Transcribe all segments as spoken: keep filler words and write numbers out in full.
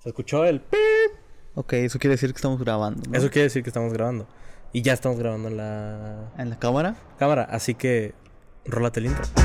Se escuchó el pip. Ok, eso quiere decir que estamos grabando, ¿no? Eso quiere decir que estamos grabando. Y ya estamos grabando en la... ¿En la cámara? Cámara, así que... Rólate el intro.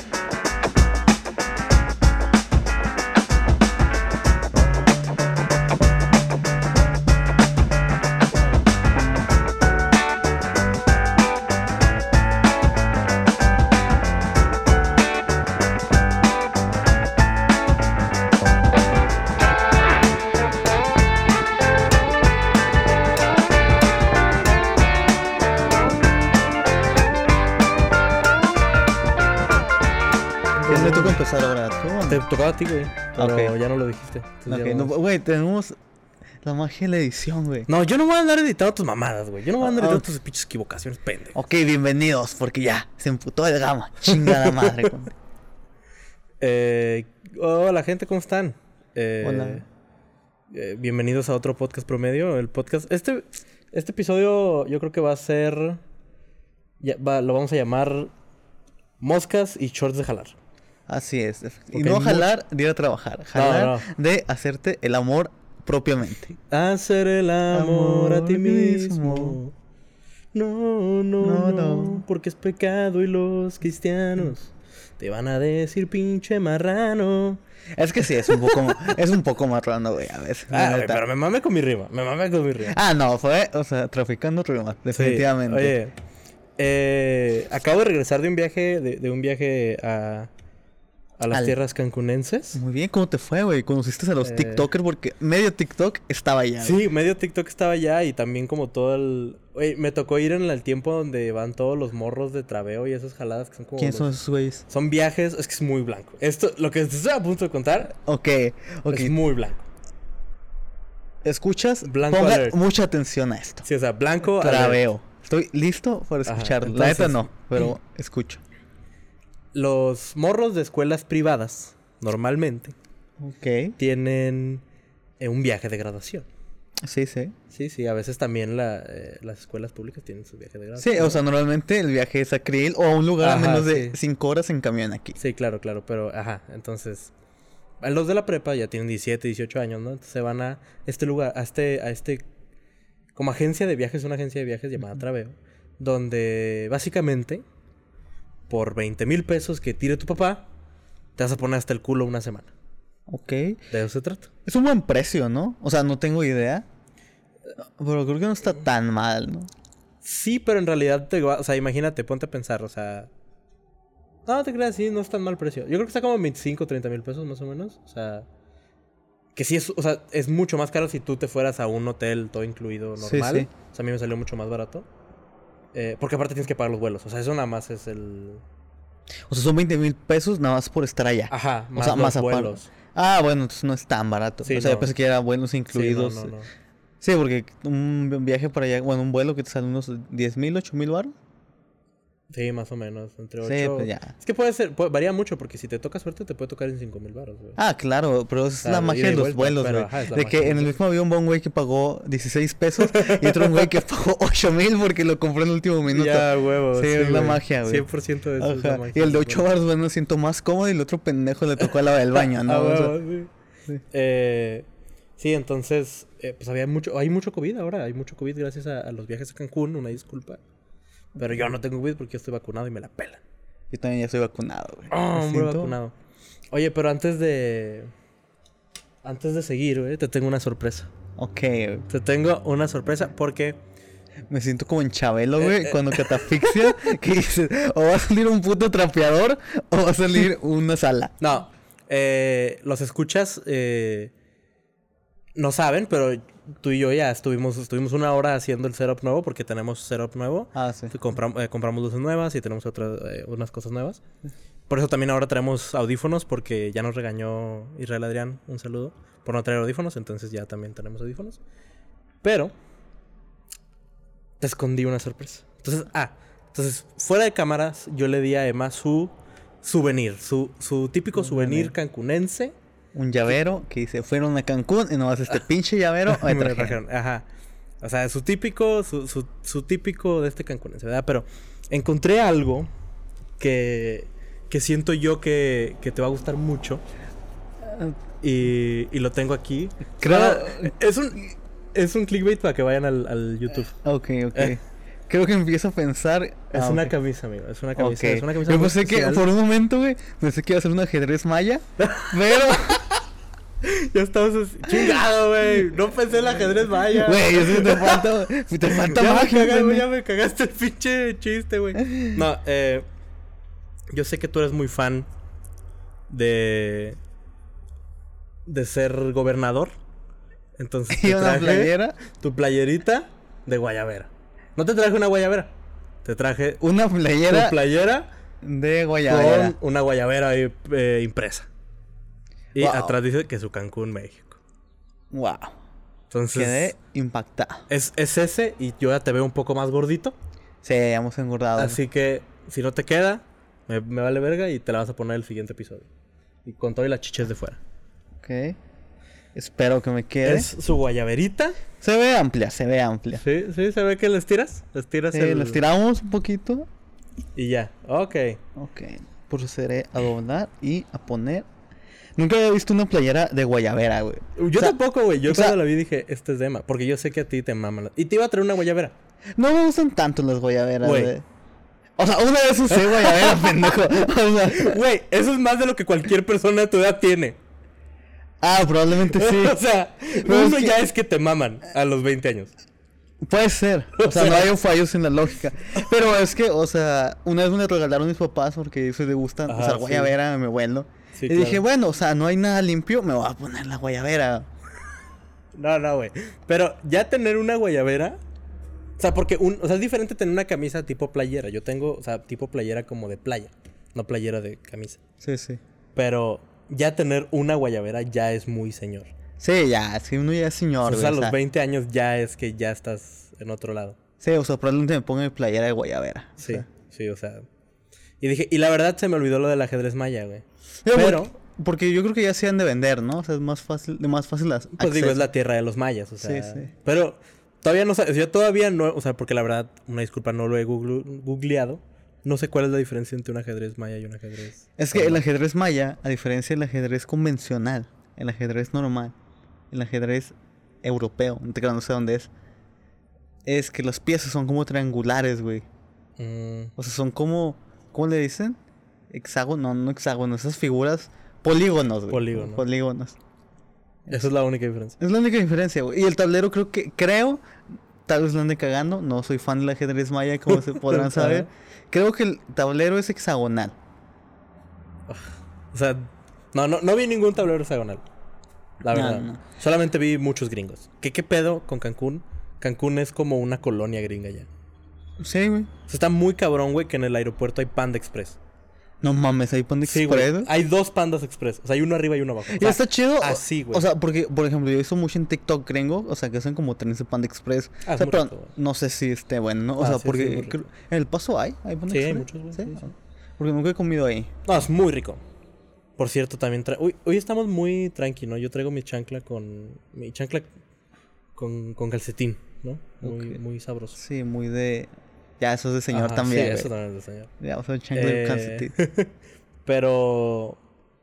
Me toca empezar ahora, ¿tú? Te tocaba a ti, güey. Pero Ok. ya no lo dijiste. Entonces Ok, ya no, vamos. güey, tenemos la magia de la edición, güey. No, yo no voy a andar editando tus mamadas, güey. Yo no voy a andar Ah, editando ok. tus pinches equivocaciones, pendejo. Ok, bienvenidos, porque ya, se emputó el gama. Chingada madre. con- Eh, hola, gente, ¿cómo están? Eh, Hola. eh, bienvenidos a otro podcast promedio. El podcast... Este, este episodio yo creo que va a ser... ya va- lo vamos a llamar... Moscas y shorts de jalar. Así es. Y Porque no hay jalar de ir a trabajar. Jalar no. de hacerte el amor propiamente. Hacer el amor, Amor a ti mismo. mismo. No, no, No, no, no. porque es pecado y los cristianos te van a decir pinche marrano. Es que sí, es un poco, es un poco marrano, güey, a veces. la Ah, güey, neta. pero me mamé con mi rima, me mamé con mi rima. Ah, no, fue, o sea, traficando rimas, Sí, definitivamente. Oye, eh, acabo de regresar de un viaje, de, de un viaje a, a las Al- tierras cancunenses. Muy bien, ¿cómo te fue, güey? ¿Conociste a los Eh. TikTokers? Porque medio TikTok estaba allá. güey. Sí, medio TikTok estaba allá y también como todo el... Oye, me tocó ir en el tiempo donde van todos los morros de trabeo y esas jaladas que son como... ¿Quiénes son los- esos güeyes? Son viajes, es que es muy blanco. Esto, lo que estoy a punto de contar, Ok, ok. es muy blanco. ¿Escuchas? Blanco Ponga alert. mucha atención a esto. Sí, o sea, blanco... alert. Traveo. Estoy listo para Ajá, escucharlo. La neta entonces- no, pero escucho. Los morros de escuelas privadas, normalmente, Ok. tienen eh, un viaje de graduación. Sí, sí. Sí, sí, a veces también la, eh, las escuelas públicas tienen su viaje de graduación. Sí, o sea, normalmente el viaje es a Krill o a un lugar a Ajá, menos de sí. cinco horas en camión aquí. Sí, claro, claro, pero ajá, entonces a los de la prepa ya tienen diecisiete, dieciocho años, ¿no? Entonces se van a este lugar, a este a este como agencia de viajes, una agencia de viajes llamada Traveo, donde básicamente por veinte mil pesos que tire tu papá, te vas a poner hasta el culo una semana. Ok. De eso se trata. Es un buen precio, ¿no? O sea, no tengo idea. Pero creo que no está tan mal, ¿no? Sí, pero en realidad te va, o sea, imagínate, ponte a pensar, o sea, no te creas, sí, no es tan mal precio. Yo creo que está como veinticinco, treinta mil pesos más o menos, o sea, que sí es, o sea, es mucho más caro si tú te fueras a un hotel todo incluido Sí, normal. sí. O sea, a mí me salió mucho más barato. Eh, porque aparte tienes que pagar los vuelos, o sea, eso nada más es el... O sea, son veinte mil pesos nada más por estar allá. Ajá, O más sea, los más aparte. vuelos. Ah, bueno, entonces no es tan barato. Sí, o sea, yo no. pensé que era vuelos Sí, no, incluidos. no, no. Sí, porque un viaje para allá, bueno, un vuelo que te sale unos diez mil, ocho mil baros. Sí, más o menos, entre ocho... Sí, pues ya. Es que puede ser, puede- varía mucho, porque si te toca suerte te puede tocar en cinco mil baros, güey. Ah, claro, pero es Claro, la ida magia y de los vuelta, vuelos, pero güey. ajá, es la De magia que de en los el mismo avión va un güey que pagó dieciséis pesos y otro güey que pagó ocho mil porque lo compró en el último minuto. Ya, huevo. Sí, es la güey. magia, güey. cien por ciento de eso es la Ajá. magia. Y el de ocho Bueno. baros, bueno, siento más cómodo y el otro pendejo le tocó a la del baño, ¿no? Ah, O sea, huevo, sí. sí. Eh, sí, entonces, eh, pues había mucho, hay mucho COVID ahora, hay mucho COVID gracias a, a los viajes a Cancún, una disculpa. Pero yo no tengo COVID porque yo estoy vacunado y me la pelan. Yo también ya estoy vacunado, güey. Oh, Me hombre, siento- vacunado. Oye, pero antes de... Antes de seguir, güey, te tengo una sorpresa. Ok, güey. Te tengo una sorpresa porque... Me siento como en Chabelo, güey, Eh, eh. cuando catafixia, que dices, o va a salir un puto trapeador o va a salir una sala. No, eh, los escuchas eh, no saben, pero tú y yo ya estuvimos, estuvimos una hora haciendo el setup nuevo porque tenemos setup nuevo. Ah, sí. Compram- eh, compramos luces nuevas y tenemos otras eh, unas cosas nuevas. Por eso también ahora traemos audífonos porque ya nos regañó Israel Adrián, un saludo, por no traer audífonos, entonces ya también tenemos audífonos. Pero te escondí una sorpresa. Entonces, ah, entonces fuera de cámaras yo le di a Emma su souvenir, su, su típico souvenir cancunense. Un llavero que dice, fueron a Cancún y nomás este pinche llavero me Me trajeron. trajeron, ajá. O sea, su típico, su, su, su típico de este cancunense, ¿verdad? Pero encontré algo que, que siento yo que, que te va a gustar mucho. Y, y lo tengo aquí. Creo... Ah, es un es un clickbait para que vayan al, al YouTube. Ok, ok. Eh. Creo que empiezo a pensar... Es ah, una ok. camisa, amigo. Es una camisa. Ok. Es una camisa Yo muy pensé que especial. por un momento, güey, pensé que iba a ser un ajedrez maya. Pero, Ya estamos así- chingado, güey. No pensé en el ajedrez maya. güey, eso te falta, te falta ya, me magia, cagaste, güey. ya me cagaste el pinche chiste, güey. No, eh... Yo sé que tú eres muy fan de... de ser gobernador. Entonces Y te una traje playera, tu playerita de guayabera. No te traje una guayabera. Te traje una playera tu playera de guayabera. con una guayabera ahí, eh, impresa. Y Wow. atrás dice que su Cancún, México. Wow. Entonces, Quedé impactado. es, es ese y yo ya te veo un poco más gordito. Sí, hemos engordado. Así que, si no te queda, me, me vale verga y te la vas a poner el siguiente episodio. Y con todo y las chiches de fuera. Ok. Espero que me quede. Es su guayaberita. Se ve amplia, se ve amplia. Sí, sí, se ve que le estiras. Le estiras Sí, el... lo estiramos un poquito. Y ya. Ok. Ok. Procederé a doblar y a poner. Nunca había visto una playera de guayabera, güey. Yo O sea, tampoco, güey. Yo o sea- cuando la vi dije, este es de Emma. Porque yo sé que a ti te maman. las- Y te iba a traer una guayabera. No me gustan tanto las guayaberas, Güey. güey. O sea, una vez usé guayabera, pendejo. O sea, Güey, eso es más de lo que cualquier persona de tu edad tiene. ah, probablemente sí. O sea, No, uno es que- ya es que te maman a los veinte años. Puede ser. O sea, no hay fallos en la lógica. Pero es que, o sea, una vez me la regalaron mis papás porque eso le gustan. Ajá, o sea, sí. guayabera a mi abuelo. Sí, y claro. dije, bueno, o sea, no hay nada limpio, me voy a poner la guayabera. No, no, güey. Pero ya tener una guayabera. O sea, porque un, o sea, es diferente tener una camisa tipo playera. Yo tengo, o sea, tipo playera como de playa. No playera de camisa. Sí, sí. Pero ya tener una guayabera ya es muy señor. Sí, ya, si uno ya es señor, O sea, a güey, los veinte años ya es que ya estás en otro lado. Sí, o sea, probablemente me ponga mi playera de guayabera. Sí, O sea. sí, o sea. Y dije, y la verdad se me olvidó lo del ajedrez maya, güey. Pero, Pero, porque, porque yo creo que ya se han de vender, ¿no? O sea, es más fácil, de más fácil las pues digo, es la tierra de los mayas, o sea. Sí, sí. Pero todavía no sé, yo todavía no, o sea, porque la verdad, una disculpa, no lo he googlu- googleado. No sé cuál es la diferencia entre un ajedrez maya y un ajedrez. Es que el ajedrez maya, a diferencia del ajedrez convencional, el ajedrez normal, el ajedrez europeo, no no sé dónde es, es que las piezas son como triangulares, güey. Mm, O sea, son como, ¿cómo le dicen? Hexágono, no, no hexágonos, esas figuras, polígonos, güey. Polígono. Polígonos. esa es la única diferencia. Es la única diferencia, güey. Y el tablero creo que, creo, tal vez lo ande cagando, no soy fan del ajedrez maya, como se podrán saber. Creo que el tablero es hexagonal. O sea, no, no, no vi ningún tablero hexagonal. La No, verdad. no. Solamente vi muchos gringos. ¿Qué, ¿Qué pedo con Cancún? Cancún es como una colonia gringa ya. Sí, güey. O sea, está muy cabrón, güey, que en el aeropuerto hay Panda Express. No mames, ahí pone Sí, Express. güey. Hay dos Pandas Express. O sea, hay uno arriba y uno abajo. O Y sea, está chido. así, güey. O sea, porque, por ejemplo, yo he visto mucho en TikTok gringo, o sea, que hacen como trenes de Panda Express. Ah, es o sea, muy pero rico, güey. no sé si esté bueno, ¿no? O Ah, sea, sí, sí, porque muy rico. creo- en El Paso hay, hay Panda Sí, hay Express. muchos, güey. Sí, sí. Porque nunca he comido ahí. No, es muy rico. Por cierto, también trae... Uy, hoy estamos muy tranqui, ¿no? Yo traigo mi chancla con... Mi chancla con, con calcetín, ¿no? Muy, Ok. muy sabroso. Sí, muy de. Ya, eso es de señor Ajá, también. Sí, güey. eso también es de señor. Ya, o sea, chancla de Eh, calcetín. Pero...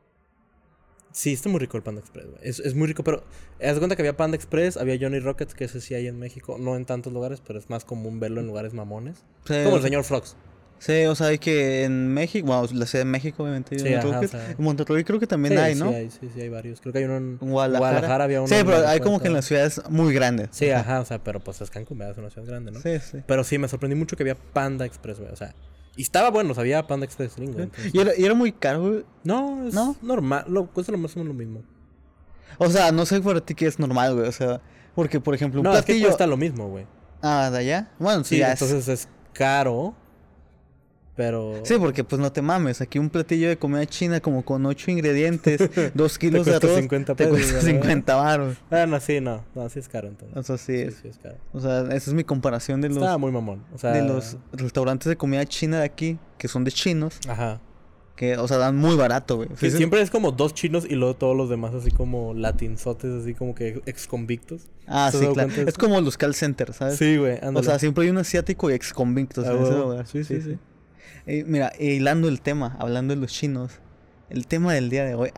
Sí, está muy rico el Panda Express, güey. Es, es muy rico, pero... Haz de cuenta que había Panda Express, había Johnny Rockets, que ese sí hay en México. No en tantos lugares, pero es más común verlo en lugares mamones. Sí, Como o el sea, señor Frogs. Sí, o sea, hay que en México, bueno, la ciudad de México, obviamente. hay Sí, Johnny ajá, o Rockets. sea- En Monterrey creo que también Sí, hay, sí ¿no? hay, sí, sí, hay varios. Creo que hay uno en En Guadalajara. había uno Sí, en el pero hay como que en aeropuerto. las ciudades muy grandes. Sí, Ajá. ajá, o sea, pero pues es Cancún, ¿verdad? Es una ciudad grande, ¿no? Sí, sí. Pero sí, me sorprendí mucho que había Panda Express, güey. O sea, y estaba bueno, o sea, había Panda Express gringo. entonces- Y era, y era muy caro, güey. No, es ¿No? normal. Lo, cuesta lo más o menos lo mismo. O sea, no sé para ti qué es normal, güey. O sea, porque, por ejemplo, un No, es que platillo. cuesta lo mismo, güey. Ah, ¿de allá? Bueno, sí, Sí, ya es- entonces es caro, pero... Sí, porque pues no te mames. Aquí un platillo de comida china como con ocho ingredientes, dos kilos de cuesta arroz. cincuenta te pesos, cuesta ¿verdad? cincuenta baros. Ah, no, sí, no. No, sí es caro, entonces. O sea, sí, Sí, es. sí es caro. O sea, esa es mi comparación de los, Estaba muy mamón. O sea... de los restaurantes de comida china de aquí, que son de chinos, Ajá. que, o sea, dan muy barato, güey. Sí, Sí, siempre es como dos chinos y luego todos los demás así como latinzotes, así como que ex convictos. Ah, ¿Te has sí, dado claro. cuenta de Es eso? como los call centers, ¿sabes? Sí, güey, O ándale. sea, siempre hay un asiático y ex convictos Ah, en ese huevo. lugar. Sí, sí, sí. Eh, mira, hilando el tema, hablando de los chinos, el tema del día de hoy. Ah,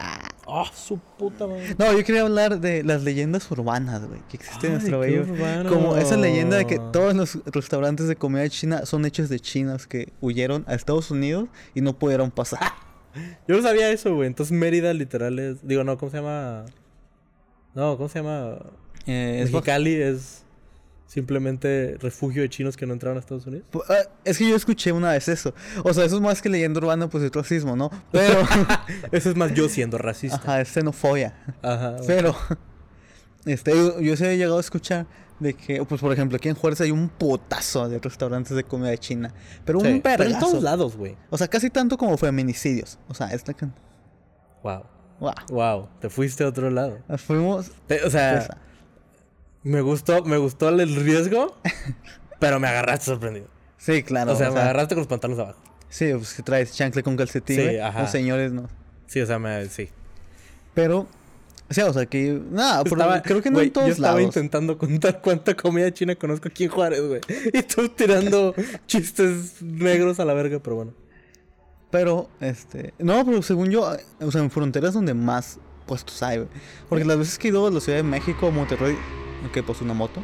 ¡Ah, oh, su puta madre! No, yo quería hablar de las leyendas urbanas, güey, que existen en nuestro Ay, qué país. urbano. Como esa leyenda de que todos los restaurantes de comida china son hechos de chinos que huyeron a Estados Unidos y no pudieron pasar. Yo no sabía eso, güey. Entonces Mérida literal es... Digo, no, ¿cómo se llama? No, ¿cómo se llama? Eh, es Mexicali es simplemente refugio de chinos que no entraron a Estados Unidos. Pu- ah, Es que yo escuché una vez eso. O sea, eso es más que leyenda urbana, pues es racismo, ¿no? Pero... Eso es más yo siendo racista. Ajá, es xenofobia. Ajá. Ajá. Pero... Este, yo, yo se he llegado a escuchar de que, pues por ejemplo, aquí en Juárez hay un putazo de restaurantes de comida china. Pero Sí, un pero en vergazo. todos lados, güey. O sea, casi tanto como feminicidios. O sea, es la que... Wow. Wow. Wow. Te fuiste a otro lado. Nos fuimos... Te- o sea, esa. me gustó, me gustó el riesgo, pero me agarraste sorprendido. Sí, claro. o sea, me agarraste con los pantalones abajo. Sí, pues que traes chancla con calcetín. Sí, güey. ajá. Los señores no. Sí, o sea, me, sí. Pero... O sea, o sea que... Nada, pero Estaba- creo que no güey, en todos yo estaba lados. intentando contar cuánta comida china conozco aquí en Juárez, güey. Y tú tirando chistes negros a la verga, pero bueno. Pero, este... No, pero según yo, eh, o sea, en fronteras donde más puestos hay, güey. Porque las veces que he ido a la Ciudad de México, a Monterrey... Ok, pues una moto.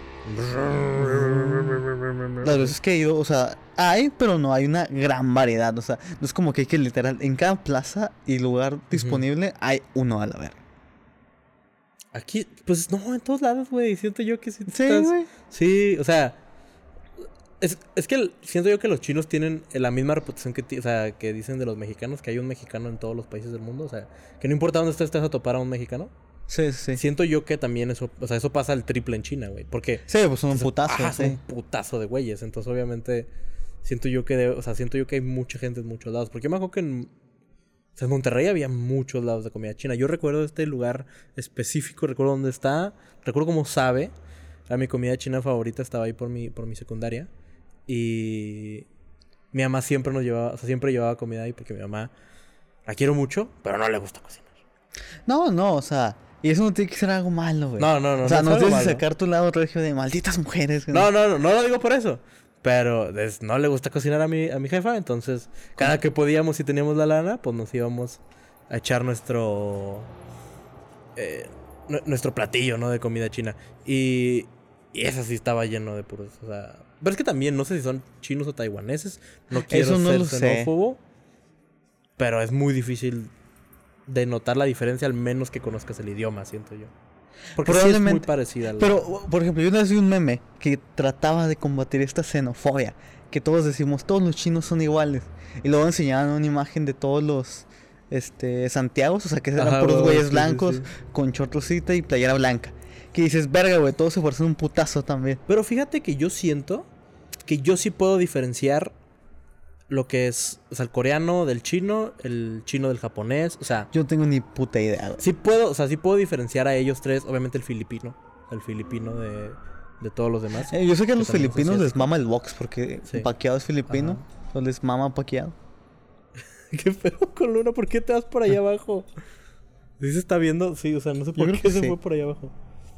Las veces que he ido, o sea, hay, pero no hay una gran variedad. O sea, no es como que hay que literal... En cada plaza y lugar disponible hay uno a la verga. Aquí, pues no, en todos lados, güey. Siento yo que sí. Sí, estás- güey. Sí, o sea. Es, es que el- siento yo que los chinos tienen la misma reputación que, ti- o sea, que dicen de los mexicanos, que hay un mexicano en todos los países del mundo. O sea, que no importa dónde estés, te vas a topar a un mexicano. Sí, sí, sí. Siento yo que también eso, o sea, eso pasa al triple en China, güey. Porque Sí, pues son un o sea, putazo, ajá, son sí. un putazo de güeyes. Entonces, obviamente, siento yo que, debe- o sea, siento yo que hay mucha gente en muchos lados. Porque yo me acuerdo que en, o sea, en Monterrey había muchos lados de comida china. Yo recuerdo este lugar específico, recuerdo dónde está, recuerdo cómo sabe. Era mi comida china favorita, estaba ahí por mi, por mi secundaria. Y mi mamá siempre nos llevaba, o sea, siempre llevaba comida ahí porque mi mamá la quiero mucho, pero no le gusta cocinar. No, no, o sea... Y eso no tiene que ser algo malo, güey. No, no, no. O sea, no no es algo tienes que malo. sacar tu lado regio de malditas mujeres. güey. No, no, no, no lo digo por eso. Pero es- no le gusta cocinar a mi, a mi jefa, entonces cada que podíamos y teníamos la lana, pues nos íbamos a echar nuestro eh, nu- nuestro platillo, ¿no? De comida china. Y, y ese sí estaba lleno de puros, o sea... Pero es que también, no sé si son chinos o taiwaneses. No quiero Eso no ser lo sé. xenófobo. Pero es muy difícil de notar la diferencia, al menos que conozcas el idioma, siento yo. Porque sí es muy Probablemente. parecida a la... Pero, por ejemplo, yo una vez vi un meme que trataba de combatir esta xenofobia. Que todos decimos, todos los chinos son iguales. Y luego enseñaban una imagen de todos los este Santiagos, o sea, que eran Ajá, puros güey, güeyes sí, sí, blancos sí. con chorrosita y playera blanca. Que dices, verga, güey, todos se parecen un putazo también. Pero fíjate que yo siento que yo sí puedo diferenciar lo que es, o sea, el coreano del chino, el chino del japonés, o sea, Yo no tengo ni puta idea, güey. sí puedo, o sea, sí puedo diferenciar a ellos tres, obviamente el filipino, el filipino de, de todos los demás. Eh, yo sé que a los también es filipinos les asiático. mama el box porque Sí. Paquiao es filipino. O les mama Paquiao. ¿Qué pedo con Luna? ¿Por qué te vas por allá abajo? ¿Sí se está viendo? Sí, o sea, no sé por creo qué que se sí. fue por allá abajo.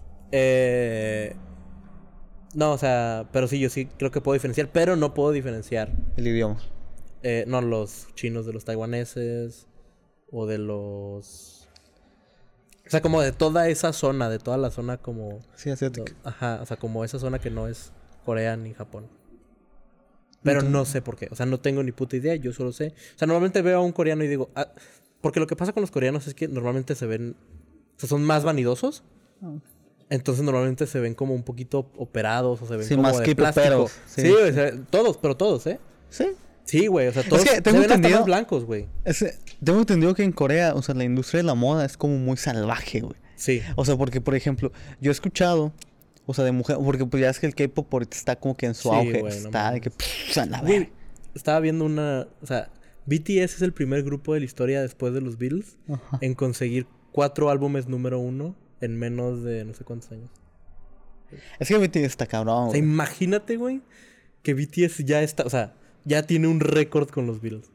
Eh... No, o sea, pero sí, yo sí creo que puedo diferenciar, pero no puedo diferenciar El idioma. Eh, no, los chinos de los taiwaneses o de los... O sea, como de toda esa zona, de toda la zona como... Sí, asiático. Ajá, o sea, como esa zona que no es Corea ni Japón. Pero Entonces- no sé por qué, o sea, no tengo ni puta idea, yo solo sé. O sea, normalmente veo a un coreano y digo... ah, porque lo que pasa con los coreanos es que normalmente se ven... O sea, son más vanidosos. Ah. Entonces normalmente se ven como un poquito operados o se ven Sí, como más de K-poperos, plástico. sí. Sí, o sea, todos, pero todos, ¿eh? Sí. Sí, güey, o sea, todos que se tengo ven hasta entendido- más blancos, güey. Es- tengo entendido que en Corea, o sea, la industria de la moda es como muy salvaje, güey. Sí. O sea, porque, por ejemplo, yo he escuchado, o sea, de mujer, porque pues ya es que el K-pop ahorita está como que en su Sí, auge. güey, no está de mames. que, pff, a la Güey, verga. estaba viendo una... O sea, B T S es el primer grupo de la historia después de los Beatles Ajá. en conseguir cuatro álbumes número uno en menos de no sé cuántos años. Es que B T S está cabrón, O sea, güey. imagínate, güey, que B T S ya está... O sea, ya tiene un récord con los Beatles.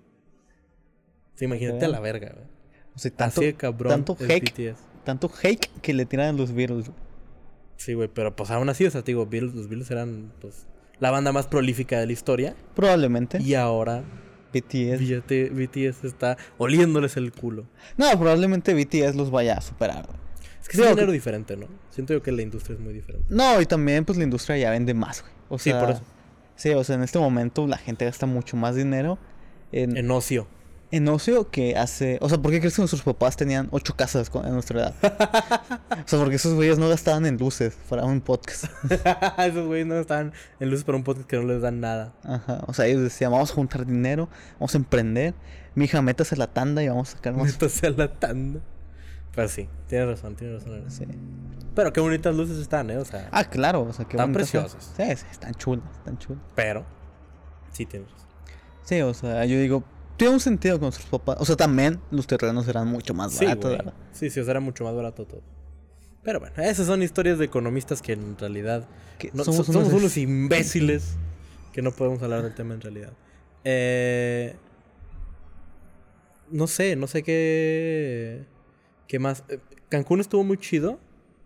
O sea, imagínate Ok. a la verga, güey. O sea, tanto, Así de cabrón tanto es hate, B T S. tanto hate que le tiran a los Beatles. güey. Sí, güey, pero pues aún así, o sea, te digo, Beatles, los Beatles eran, pues, la banda más prolífica de la historia. Probablemente. Y ahora B T S. B T- B T S está oliéndoles el culo. No, probablemente B T S los vaya a superar, güey. Es que es un dinero diferente, ¿no? Siento yo que la industria es muy diferente. No, y también pues la industria ya vende más, güey. O sea, sí, por eso. Sí, o sea, en este momento la gente gasta mucho más dinero en, En ocio. en ocio que hace... O sea, ¿por qué crees que nuestros papás tenían ocho casas con- en nuestra edad? O sea, porque esos güeyes no gastaban en luces para un podcast. Esos güeyes no estaban en luz para un podcast que no les dan nada. Ajá, o sea, ellos decían, vamos a juntar dinero, vamos a emprender. Mi hija, métase a la tanda y vamos a sacar más... Métase a la tanda. Pero sí, tienes razón, tienes razón. Sí. Pero qué bonitas luces están, ¿eh? O sea, Ah, claro, o sea, que están preciosas. Sí, sí, están chulas, están chulas. Pero, sí tienes razón. Sí, o sea, yo digo, tiene un sentido con nuestros papás. O sea, también los terrenos eran mucho más Sí, baratos, güey. ¿verdad? Sí, sí, o sea, era mucho más barato todo. Pero bueno, esas son historias de economistas que en realidad Que no- somos so- somos, unos unos imbéciles que no podemos hablar del tema en realidad. Eh, no sé, no sé qué qué más. Eh, Cancún estuvo muy chido.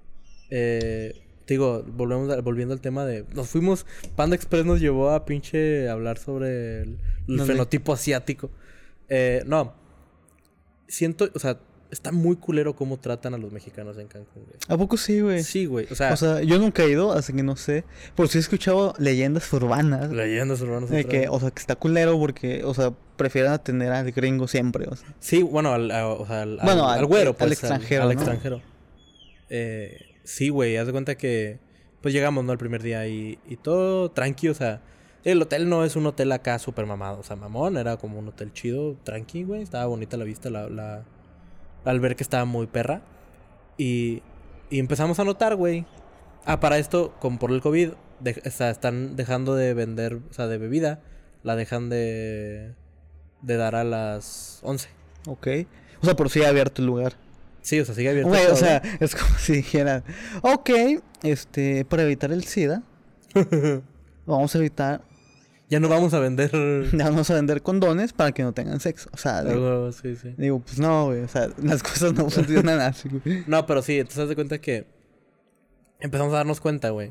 Eh, te digo, volvemos a- volviendo al tema de... Nos fuimos... Panda Express nos llevó a pinche hablar sobre el, el ¿Dónde? fenotipo asiático. Eh, no. Siento... O sea, está muy culero cómo tratan a los mexicanos en Cancún, güey. ¿A poco sí, güey? Sí, güey. O sea, O sea, yo nunca he ido, así que no sé. Pero sí he escuchado leyendas urbanas. leyendas urbanas. De otra que, vez. o sea, que está culero porque, o sea, prefieren tener al gringo siempre, o sea. Sí, bueno, al, a- o sea, al, Bueno, al, al- al güero, al pues. extranjero, Al, ¿no? extranjero. Eh, sí, güey. Haz de cuenta que... Pues llegamos, ¿no? El primer día y, y todo tranqui, o sea... El hotel no es un hotel acá súper mamado. O sea, mamón. Era como un hotel chido, tranqui, güey. Estaba bonita la vista, la... la al ver que estaba muy perra. Y... Y empezamos a notar, güey. Ah, para esto, como por el COVID... de- o sea, están dejando de vender... O sea, de bebida. La dejan de... De dar a las once. Ok. O sea, por si ha abierto el lugar. Sí, o sea, sigue abierto. Güey, o todo. sea, es como si dijeran, ok, este, para evitar el SIDA, vamos a evitar, Ya no vamos a vender. ya vamos a vender condones para que no tengan sexo. O sea, digo, Algo, sí, sí. digo, pues no, güey, o sea, las cosas no funcionan así, güey. No, pero sí, entonces haz de cuenta que empezamos a darnos cuenta, güey,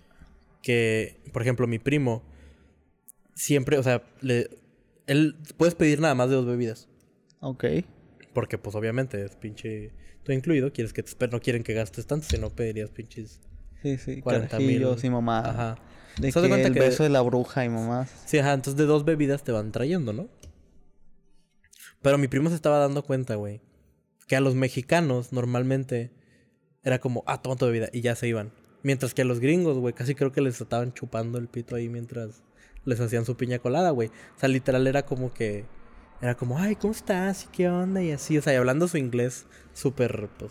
que, por ejemplo, mi primo siempre, o sea, le, él puedes pedir nada más de dos bebidas. Ok. Porque, pues, obviamente, es pinche todo incluido. Quieres que te esperen, no quieren que gastes tanto, si no pedirías pinches. Sí, sí, cuarenta mil. carajillos y mamá. Ajá. De ¿Se que das cuenta el que- beso de la bruja y mamás. Sí, ajá, entonces de dos bebidas te van trayendo, ¿no? Pero mi primo se estaba dando cuenta, güey, que a los mexicanos normalmente era como, ah, toma tu bebida, y ya se iban. Mientras que a los gringos, güey, casi creo que les estaban chupando el pito ahí mientras les hacían su piña colada, güey. O sea, literal era como que... Era como, ay, ¿cómo estás? ¿Y qué onda? Y así, o sea, y hablando su inglés súper, pues...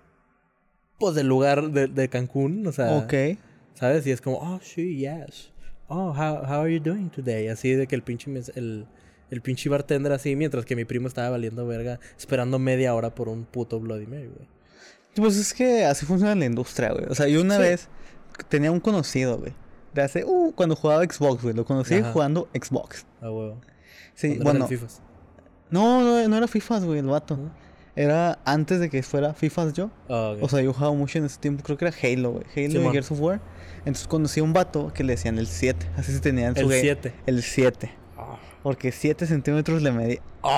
Pues del lugar de, de Cancún, o sea... Ok. ¿Sabes? Y es como, oh, sí, yes. Oh, how, how are you doing today? Así de que el pinche, mes- el, el pinche bartender así, mientras que mi primo estaba valiendo verga, esperando media hora por un puto Bloody Mary, güey. Pues es que así funciona la industria, güey. O sea, yo una Sí. vez tenía un conocido, güey. De hace, uh, cuando jugaba Xbox, güey. Lo conocí Ajá. jugando Xbox. Ah, huevo. Sí, Cuando eran bueno. Fifas. No, no, no era FIFAs, güey, el vato. ¿No? Era antes de que fuera FIFAs yo. Ah, ok. O sea, yo jugaba mucho en ese tiempo. Creo que era Halo, güey. Halo y Simón. Gears of War. Entonces conocí a un vato que le decían el siete. Así se tenía en su El game. siete. El siete. Ah. Porque siete centímetros le medía.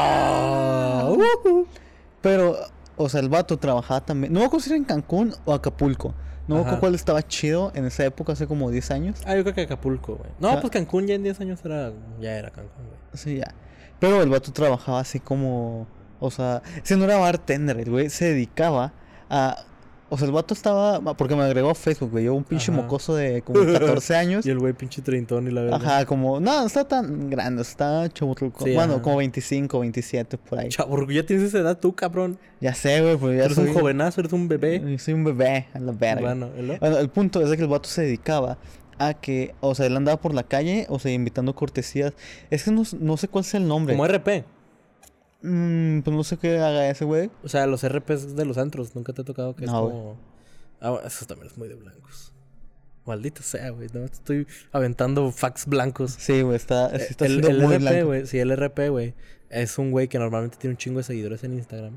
Ah, uh. Pero, o sea, el vato trabajaba también. No me acuerdo si era en Cancún o Acapulco. No me Ajá. acuerdo cuál estaba chido en esa época, hace como diez años. Ah, yo creo que Acapulco, güey. No, O sea- pues Cancún ya en diez años era... Ya era Cancún, güey. Sí, ya. Pero el vato trabajaba así como... O sea, ese no era bartender, el güey se dedicaba a... O sea, el vato estaba... Porque me agregó a Facebook, güey. Yo un pinche Ajá. mocoso de como catorce años. Y el güey pinche treintón y la verdad. Ajá, como... No, no está tan grande, está chaburruco. Sí, Bueno, ajá. como veinticinco, veintisiete, por ahí. Chavo, ya tienes esa edad tú, cabrón. Ya sé, güey, pues ya Eres soy... un jovenazo, eres un bebé. Yo soy un bebé, a la verga. Bueno, ¿el Bueno, el punto es de que el vato se dedicaba a que... O sea, él andaba por la calle, o sea, invitando cortesías. Es que no, no sé cuál sea el nombre. Como R P. Mm, pues no sé qué haga ese güey. O sea, los R Ps de los antros. Nunca te ha tocado que es No, como... Ah, bueno, eso también es muy de blancos. Maldita sea, güey. No, te estoy aventando facts blancos. Sí, güey, está, sí está el siendo el muy R P, blanco. güey. Sí, el R P, güey. Es un güey que normalmente tiene un chingo de seguidores en Instagram.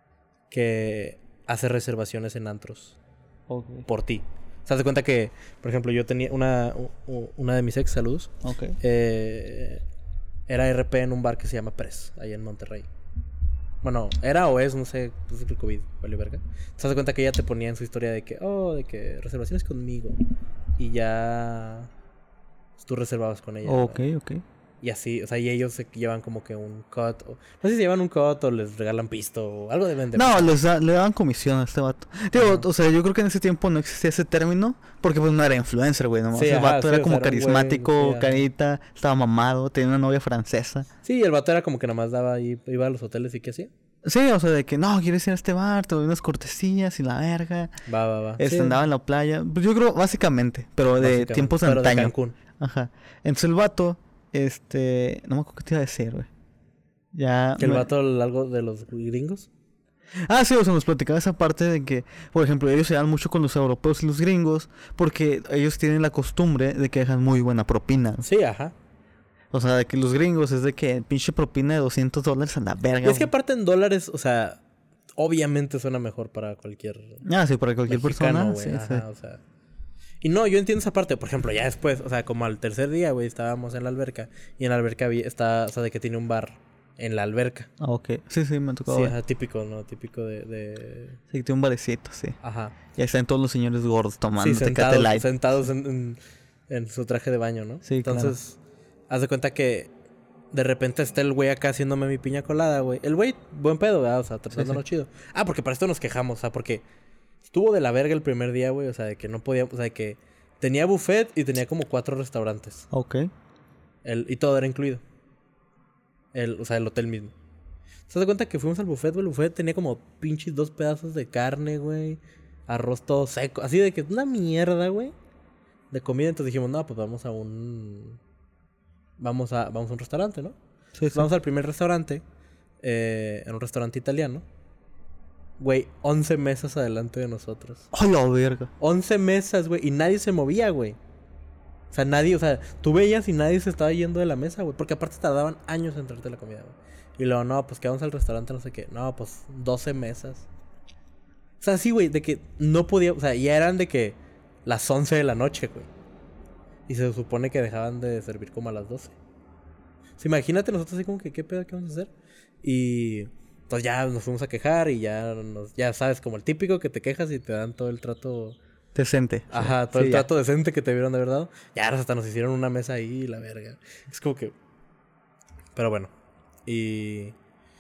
Que hace reservaciones en antros. Ok, Por ti. O sea, haz de cuenta que, por ejemplo, yo tenía una, u- u- una de mis ex, saludos. ok. Eh, era R P en un bar que se llama Press, ahí en Monterrey. Bueno, era o es, no sé, pues es que el COVID, vale verga. Te das cuenta que ella te ponía en su historia de que, oh, de que reservaciones conmigo. Y ya tú reservabas con ella. Ok, ¿verdad? ok. Y así, o sea, y ellos se llevan como que un cut. O, no sé si se llevan un cut o les regalan pisto o algo de vender. No, les da, le daban comisión a este vato. Digo, Ajá. o sea, yo creo que en ese tiempo no existía ese término. Porque pues no era influencer, güey. Nomás Sí, el ajá, vato sí, era o como sea, era un güey, carismático, sí, ajá. carita, estaba mamado, tenía una novia francesa. Sí, el vato era como que nada más daba ahí, iba a los hoteles y qué hacía. Sí, o sea, de que no, quieres ir a este bar, te doy unas cortesías y la verga. Va, va, va. Este Sí, andaba en la playa. Pues yo creo, básicamente, pero de básicamente, tiempos de pero de antaño. Cancún. Ajá. Entonces el vato, este. No me acuerdo qué te iba a decir, güey. Ya. Que el me- vato, algo de los gringos. Ah, sí, o sea, nos platicaba esa parte de que, por ejemplo, ellos se dan mucho con los europeos y los gringos porque ellos tienen la costumbre de que dejan muy buena propina. Sí, ajá. O sea, de que los gringos es de que pinche propina de doscientos dólares a la verga. Y es que aparte en dólares, o sea, obviamente suena mejor para cualquier Ah, sí, para cualquier mexicano, persona. güey. Sí, Ajá, sí. o sea. Y no, yo entiendo esa parte. Por ejemplo, ya después, o sea, como al tercer día, güey, estábamos en la alberca. Y en la alberca había, está, o sea, de que tiene un bar en la alberca. Ah, ok. Sí, sí, me ha tocado Sí, ver. ajá, típico, ¿no? Típico de... de... Sí, tiene un barecito, sí. Ajá. Y ahí están todos los señores gordos tomando Sí, Tecate sentados, Light. sentados en, en, en su traje de baño, ¿no? Sí, Entonces, haz de cuenta que de repente está el güey acá haciéndome mi piña colada, güey. El güey, buen pedo, ¿verdad? O sea, tratándonos sí. chido. Ah, porque para esto nos quejamos, o sea, porque estuvo de la verga el primer día, güey. O sea, de que no podía, o sea, de que tenía buffet y tenía como cuatro restaurantes. Ok. El, y todo era incluido. El, o sea, el hotel mismo. ¿Se das cuenta que fuimos al buffet, güey? El buffet tenía como pinches dos pedazos de carne, güey. Arroz todo seco. Así de que una mierda, güey. De comida. Entonces dijimos, no, pues vamos a un... Vamos a, vamos a un restaurante, ¿no? Sí, sí. Vamos al primer restaurante. Eh, en un restaurante italiano. Güey, once mesas adelante de nosotros. ¡Oh, la verga! once mesas, güey. Y nadie se movía, güey. O sea, nadie, o sea, tú veías y nadie se estaba yendo de la mesa, güey. Porque aparte tardaban años en traerte la comida, güey. Y luego, no, pues que vamos al restaurante, no sé qué. No, pues doce mesas. O sea, sí, güey, de que no podía, o sea, ya eran de que las once de la noche, güey. Y se supone que dejaban de servir como a las doce. O sea, imagínate nosotros así como que, ¿qué pedo, qué vamos a hacer? Y pues ya nos fuimos a quejar y ya, nos, ya sabes, como el típico que te quejas y te dan todo el trato... Decente. Ajá, todo Sí, el ya. trato decente que te vieron de verdad. Ya hasta nos hicieron una mesa ahí, la verga. Es como que... Pero bueno. Y...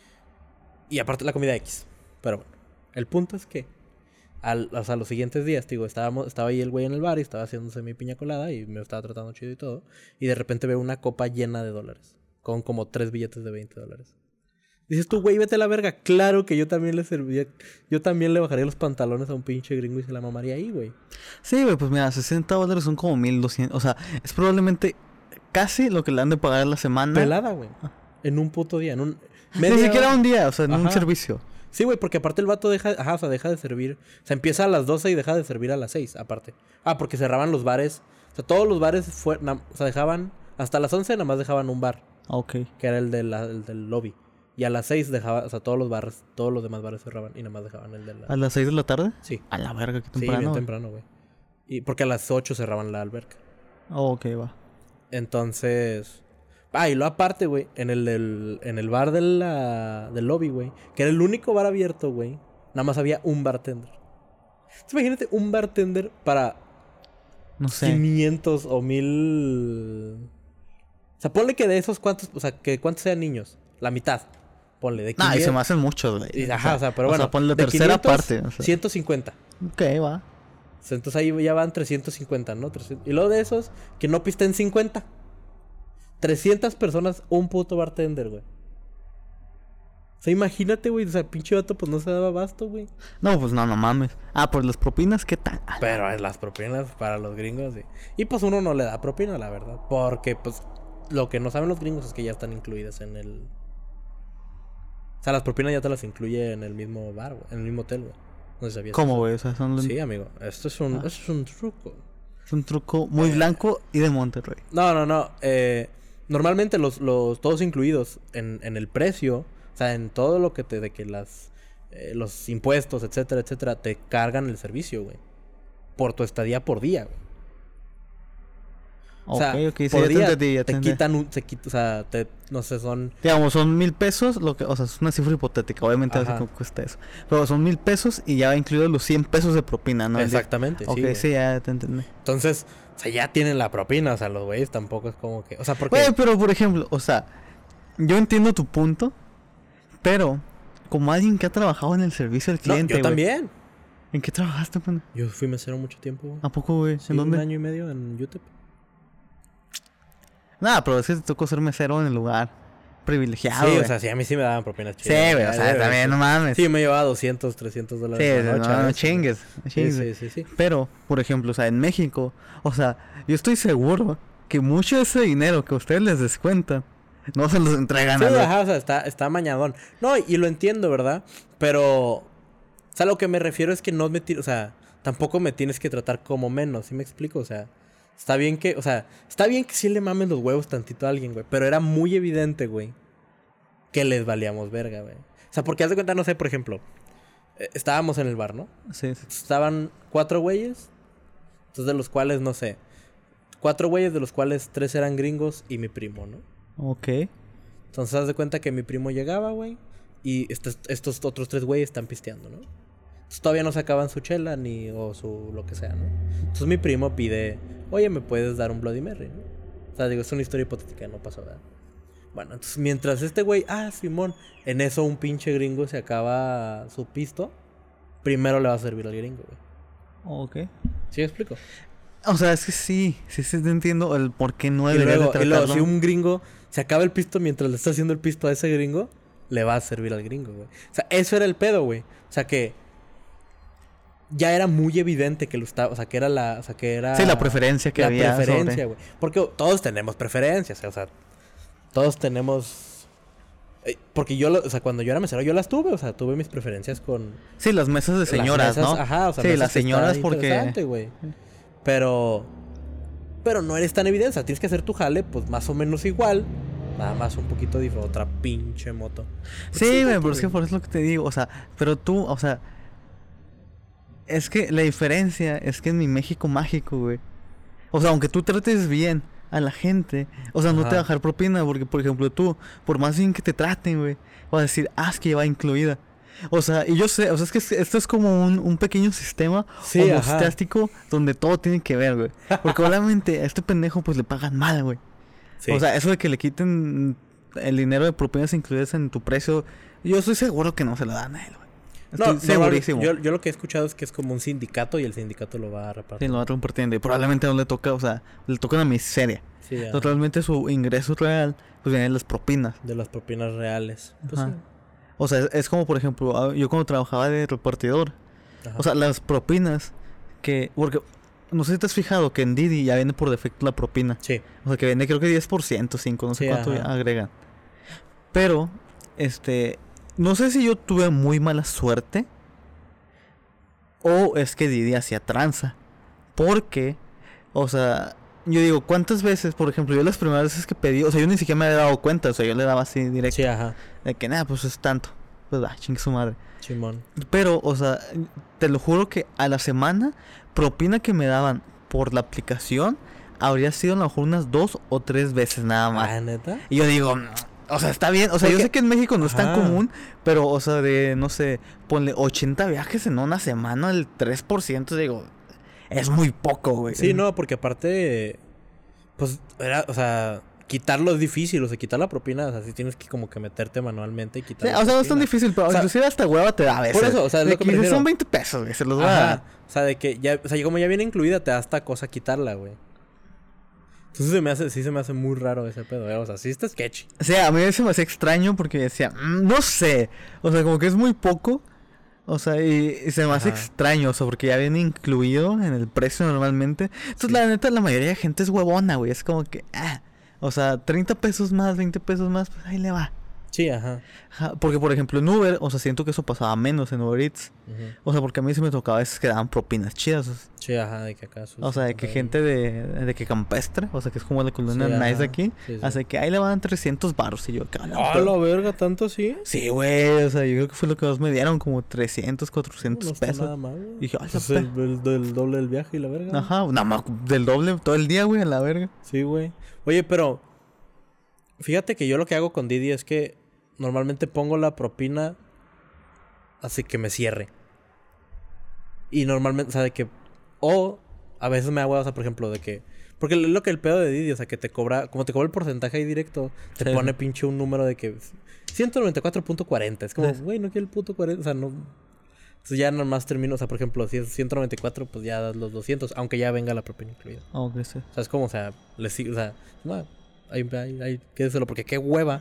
Y aparte la comida X. Pero bueno. El punto es que... Al, o sea, los siguientes días, digo, estábamos, estaba ahí el güey en el bar y estaba haciéndose mi piña colada y me estaba tratando chido y todo. Y de repente veo una copa llena de dólares. Con como tres billetes de veinte dólares. Dices tú, güey, vete a la verga. Claro que yo también le serviría... Yo también le bajaría los pantalones a un pinche gringo y se la mamaría ahí, güey. Sí, güey, pues mira, sesenta dólares son como mil doscientos. O sea, es probablemente casi lo que le han de pagar a la semana. Pelada, güey. En un puto día, en un... Ni media siquiera hora. un día, o sea, en un Ajá. servicio. Sí, güey, porque aparte el vato deja... Ajá, o sea, deja de servir... O sea, empieza a las doce y deja de servir a las seis, aparte. Ah, porque cerraban los bares. O sea, todos los bares fue... na- O sea, dejaban... Hasta las once nada más dejaban un bar. Ok. Que era el, de la- el del lobby. Y a las seis dejaba... O sea, todos los bares... Todos los demás bares cerraban y nada más dejaban el de la... ¿A las seis de la tarde? Sí. A la verga, qué Sí, temprano. bien güey. temprano, güey. Y porque a las ocho cerraban la alberca. Oh, ok, va. Entonces... Ah, y lo aparte, güey, en el, del, en el bar de la, del lobby, güey, que era el único bar abierto, güey, nada más había un bartender. Entonces, imagínate un bartender para No sé. quinientos o mil... O sea, ponle que de esos cuantos, o sea, que cuántos sean niños, la mitad, ponle, de Nah, y se quinientos. me hacen muchos, güey. Y, ajá, o sea, pero bueno, ponle de tercera quinientos, parte. O sea. ciento cincuenta. Ok, va. O sea, entonces ahí ya van trescientos cincuenta, ¿no? trescientos. Y luego de esos, que no pisten cincuenta. trescientas personas, un puto bartender, güey. O sea, imagínate, güey. O sea, pinche vato, pues no se daba abasto, güey. No, pues no, no mames. Ah, por las propinas, ¿qué tal? Ah, Pero en las propinas para los gringos, sí. Y pues uno no le da propina, la verdad. Porque, pues, lo que no saben los gringos es que ya están incluidas en el... O sea, las propinas ya te las incluye en el mismo bar, güey. En el mismo hotel, güey. No sé si sabías. ¿Cómo, eso. güey? O sea, son... Sí, amigo. Esto es un, Ah. esto es un truco. Es un truco muy Eh. blanco y de Monterrey. No, no, no. Eh, normalmente los, los todos incluidos en, en el precio, o sea, en todo lo que te de que las eh, los impuestos, etcétera, etcétera, te cargan el servicio, güey. Por tu estadía por día, güey. O sea, ok, ok, sí, por ya te día entendí, ya te te entendí. quitan un... Se quita, o sea, te, no sé, son... Digamos, son mil pesos, lo que, o sea, es una cifra hipotética, obviamente no sé Ajá. cuánto cuesta eso. Pero son mil pesos y ya va incluido los cien pesos de propina, ¿no? El día. Exactamente, Ok, sí, güey. sí, ya te entendí. Entonces, o sea, ya tienen la propina, o sea, los güeyes tampoco es como que... O sea, porque... Güey, pero por ejemplo, o sea, yo entiendo tu punto, pero como alguien que ha trabajado en el servicio al No, cliente, yo güey. también. ¿En qué trabajaste, pana? Yo fui mesero mucho tiempo, güey. ¿A poco, güey? Sí, ¿En dónde? un año y medio en YouTube. Nada, pero es que te tocó ser mesero en el lugar privilegiado, Sí, güey. o sea, sí, a mí sí me daban propinas Sí, chidas. güey, o sea, también, no mames. Sí, me llevaba doscientos, trescientos Sí, dólares la noche. no, a no veces, chingues, no güey. chingues. Sí, sí, sí, sí. Pero, por ejemplo, o sea, en México, o sea, yo estoy seguro que mucho de ese dinero que ustedes les descuentan, no se los entregan Sí, a los... ajá, o sea, está, está mañadón. No, y lo entiendo, ¿verdad? Pero, o sea, lo que me refiero es que no me... ti- O sea, tampoco me tienes que tratar como menos, ¿sí me explico? O sea, está bien que... O sea, está bien que sí le mamen los huevos tantito a alguien, güey. Pero era muy evidente, güey, que les valíamos verga, güey. O sea, porque haz de cuenta, no sé, por ejemplo, eh, estábamos en el bar, ¿no? Sí, sí. Estaban cuatro güeyes, entonces de los cuales, no sé, cuatro güeyes de los cuales tres eran gringos y mi primo, ¿no? Ok. Entonces haz de cuenta que mi primo llegaba, güey, y estos, estos otros tres güeyes están pisteando, ¿no? Entonces todavía no sacaban su chela ni o su lo que sea, ¿no? Entonces mi primo pide, oye, ¿me puedes dar un Bloody Mary, no? O sea, digo, es una historia hipotética, no pasó nada. Bueno, entonces mientras este güey, ah, Simón, en eso un pinche gringo se acaba su pisto, primero le va a servir al gringo, güey. Ok. ¿Sí me explico? O sea, es que sí, sí, sí te entiendo el por qué no Y deberías luego, de y luego, tratarlo. si un gringo se acaba el pisto mientras le está haciendo el pisto a ese gringo, le va a servir al gringo, güey. O sea, eso era el pedo, güey. O sea, que ya era muy evidente que lo estaba, o sea, que era la, o sea, que era... Sí, la preferencia que la había preferencia, sobre... güey. Porque todos tenemos preferencias, o sea, todos tenemos... eh, Porque yo, lo- o sea, cuando yo era mesero, yo las tuve, o sea, tuve mis preferencias con... Sí, las mesas de las señoras, mesas, ¿no? Ajá, o sea, sí, mesas las que está señoras porque... interesante, güey. Pero... Pero no eres tan evidente, o sea, tienes que hacer tu jale, pues, más o menos igual. Nada más un poquito diferente, otra pinche moto. Sí, güey, pero es que por eso es lo que te digo, o sea, pero tú, o sea... Es que la diferencia es que en mi México mágico, güey. O sea, aunque tú trates bien a la gente, o sea, no Ajá. te va a dejar propina, porque, por ejemplo, tú, por más bien que te traten, güey, vas a decir, ah, es que ya va incluida. O sea, y yo sé, o sea, es que esto es como un, un pequeño sistema Sí, ajá. homostático donde todo tiene que ver, güey. Porque obviamente a este pendejo, pues le pagan mal, güey. Sí. O sea, eso de que le quiten el dinero de propinas incluidas en tu precio, yo estoy seguro que no se lo dan a él, güey. Estoy no, segurísimo. Yo, yo lo que he escuchado es que es como un sindicato y el sindicato lo va a repartir. Sí, lo va repartiendo. Y probablemente no le toca, o sea, le toca una miseria. Sí, ajá. Totalmente su ingreso real, pues viene de las propinas. De las propinas reales. Pues Ajá. sí. O sea, es, es como, por ejemplo, ah, yo cuando trabajaba de repartidor, Ajá. o sea, las propinas que... Porque, no sé si te has fijado que en Didi ya viene por defecto la propina. Sí. O sea, que viene creo que diez por ciento, cinco, no sé Sí, cuánto ajá. agregan. Pero, este... No sé si yo tuve muy mala suerte o es que Didi hacía tranza. Porque, o sea, yo digo, ¿cuántas veces, por ejemplo, yo las primeras veces que pedí, o sea, yo ni siquiera me había dado cuenta, o sea, yo le daba así directo, Sí, ajá. de que nada, pues es tanto. Pues va, chingue su madre. Simón. Pero, o sea, te lo juro que a la semana, propina que me daban por la aplicación habría sido a lo mejor unas dos o tres veces nada más. Ah, ¿neta? Y yo digo, "Mm, o sea, está bien. O sea, yo Porque- sé que en México no es tan Ajá. común, pero, o sea, de, no sé, ponle ochenta viajes en una semana, el tres por ciento, digo, es muy poco, güey. Sí, no, porque aparte, pues, era, o sea, quitarlo es difícil, o sea, quitar la propina, o sea, sí tienes que como que meterte manualmente y Sí, quitar o la sea, no es tan propina. difícil, pero O sea, inclusive hasta hueva te da a veces. por eso, o sea, es De lo que me dices, refiero. son veinte pesos, güey, se los voy a Ajá. dar. O sea, de que ya, o sea, como ya viene incluida, te da hasta cosa quitarla, güey. Entonces se me hace, sí se me hace muy raro ese pedo, ¿eh? O sea, sí está sketchy. O sea, a mí se me hacía extraño porque decía, "Mm, no sé, o sea, como que es muy poco, o sea, y, y se me hace Ajá. extraño, o sea, porque ya viene incluido en el precio normalmente. Entonces, la neta, la mayoría de gente es huevona, güey, es como que, ah, o sea, treinta pesos más, veinte pesos más, pues ahí le va. Sí, ajá. Ajá, porque, por ejemplo, en Uber, o sea, siento que eso pasaba menos en Uber Eats. Uh-huh. O sea, porque a mí sí me tocaba a veces que daban propinas chidas. O sea, Sí, ajá, de que acaso. o sea de que gente de, de que campestre, o sea, que es como la colonia Sí, nice ajá. aquí. Sí, sí. Así que ahí le van trescientos baros. Y yo, ¿qué hablan, ¡Ah, pero- la verga! ¿Tanto así? Sí, güey, o sea, yo creo que fue lo que más me dieron, como trescientos, cuatrocientos No está pesos. nada mal, güey. Y dije, ay, Pues la el, el, del doble del viaje y la verga. Ajá, nada más del doble todo el día, güey, a la verga. Sí, güey. Oye, pero... Fíjate que yo lo que hago con Didi es que... Normalmente pongo la propina... Así que me cierre. Y normalmente, o sea, de que... O... A veces me hago, o sea, por ejemplo, de que... Porque es lo que el pedo de Didi, o sea, que te cobra... Como te cobra el porcentaje ahí directo... Te Sí, pone sí. pinche un número de que... ciento noventa y cuatro punto cuarenta. Es como, Sí. güey, no quiero el puto cuarenta. O sea, no... Entonces ya nomás termino... O sea, por ejemplo, si es ciento noventa y cuatro, pues ya das los doscientos. Aunque ya venga la propina incluida. Ah, ok, sí. O sea, es como, o sea... Le sigo, o sea... No, ahí, ahí, ahí, quédeselo. Porque qué hueva...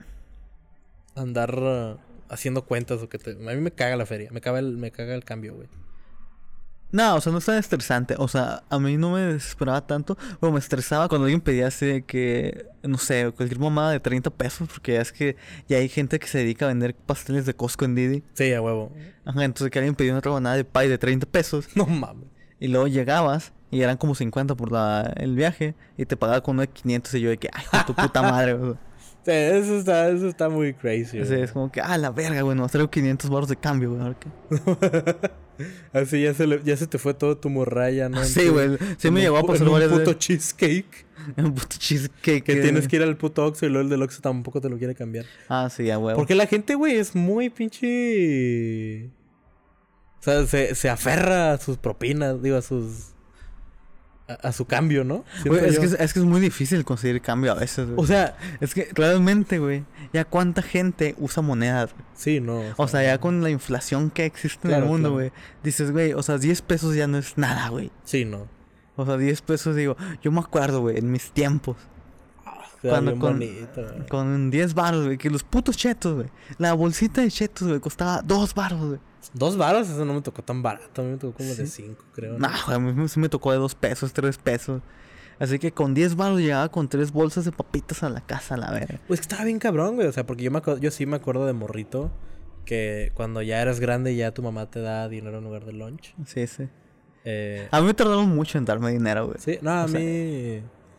Andar... uh, haciendo cuentas o que te... A mí me caga la feria. Me caga el, me caga el cambio, güey. No, o sea, no es tan estresante. O sea, a mí no me desesperaba tanto. Pero me estresaba cuando alguien pedía así de que, no sé, cualquier mamada de treinta pesos. Porque ya es que ya hay gente que se dedica a vender pasteles de Costco en Didi. Sí, a huevo. Ajá, entonces que alguien pedía una rebanada de pie de treinta pesos. No mames. Y luego llegabas y eran como cincuenta por la, el viaje. Y te pagaba con uno de quinientos. Y yo de que, ay, hijo de tu puta madre, güey. Sí, eso está, eso está muy crazy, O sea, güey. es como que, ah, la verga, güey, nos traigo quinientos baros de cambio, güey. a ver qué. Así ya se, le, ya se te fue todo tu morralla, ¿no? Sí, güey. Sí me En llegó un a pu- pasar en un varias puto veces. cheesecake. Un puto cheesecake. Que tienes que ir al puto Oxxo y luego el del Oxxo tampoco te lo quiere cambiar. Ah, sí, a huevo. Porque la gente, güey, es muy pinche... O sea, se, se aferra a sus propinas, digo, a sus... A, a su cambio, ¿no? Siento Güey, es yo. que es, es que es muy difícil conseguir cambio a veces, güey. O sea, Es que realmente, güey, ya cuánta gente usa monedas, güey. sí, no. O sea, ya con la inflación que existe en Claro, el mundo, claro. güey. Dices, güey, o sea, diez pesos ya no es nada, güey. Sí, no. O sea, diez pesos, digo, yo me acuerdo, güey, en mis tiempos. Queda Cuando bien con- bonito, güey. Con diez baros, güey, que los putos chetos, güey. La bolsita de chetos, güey, costaba dos baros, güey. Dos varos, eso no me tocó tan barato. A mí me tocó como de Sí. cinco, creo. Nah, güey, a mí sí me tocó de dos pesos, tres pesos. Así que con diez baros llegaba con tres bolsas de papitas a la casa, la verga. Pues que estaba bien cabrón, güey. O sea, porque yo me acuerdo, yo sí me acuerdo de morrito. Que cuando ya eres grande ya tu mamá te da dinero en lugar de lunch. Sí, sí. Eh, A mí me tardaron mucho en darme dinero, güey. sí, no, a o sea- mí...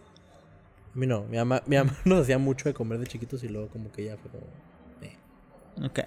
A mí no. Mi mamá, mi mamá nos hacía mucho de comer de chiquitos y luego como que ya fue como... eh. Ok.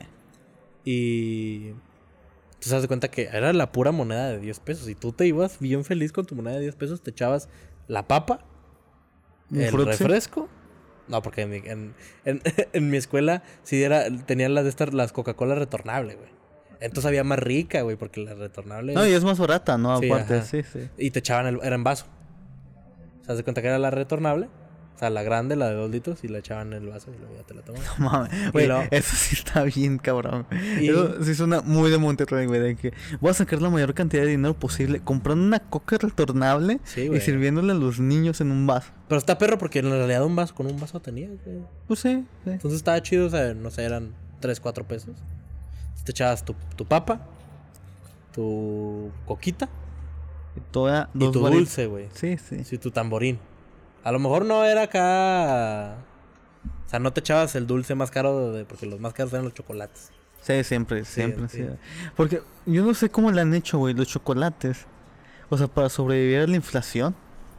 Y... Tú te das cuenta que era la pura moneda de diez pesos. Y tú te ibas bien feliz con tu moneda de diez pesos. Te echabas la papa, ¿Un el Fruitsy? refresco. No, porque en mi, en, en, en mi escuela sí era, tenían las de estas, las Coca-Cola retornable, güey. Entonces había más rica, güey, porque la retornable... No, y es más barata, ¿no? Sí, Aparte, ajá. sí, sí. Y te echaban el... Era en vaso. O sea, se cuenta que era la retornable. O sea, la grande, la de dos litros. Y la echaban en el vaso y luego ya te la tomaban. No mames. Y Güey, luego- eso sí está bien, cabrón. Y- Eso sí suena muy de Monterrey, güey. De que voy a sacar la mayor cantidad de dinero posible comprando una coca retornable Sí, y güey. sirviéndole a los niños en un vaso. Pero está perro porque en realidad un vaso, con un vaso tenía, güey. Pues sí, sí. Entonces estaba chido, o sea, no sé, eran tres, cuatro pesos. Te echabas tu, tu papa, tu coquita Y toda y dos tu varitas. dulce, güey. Sí, sí. Sí, tu tamborín. A lo mejor no era acá... O sea, no te echabas el dulce más caro de, porque los más caros eran los chocolates. Sí, siempre, siempre, sí. sí. Porque yo no sé cómo le han hecho, güey, los chocolates. O sea, para sobrevivir a la inflación.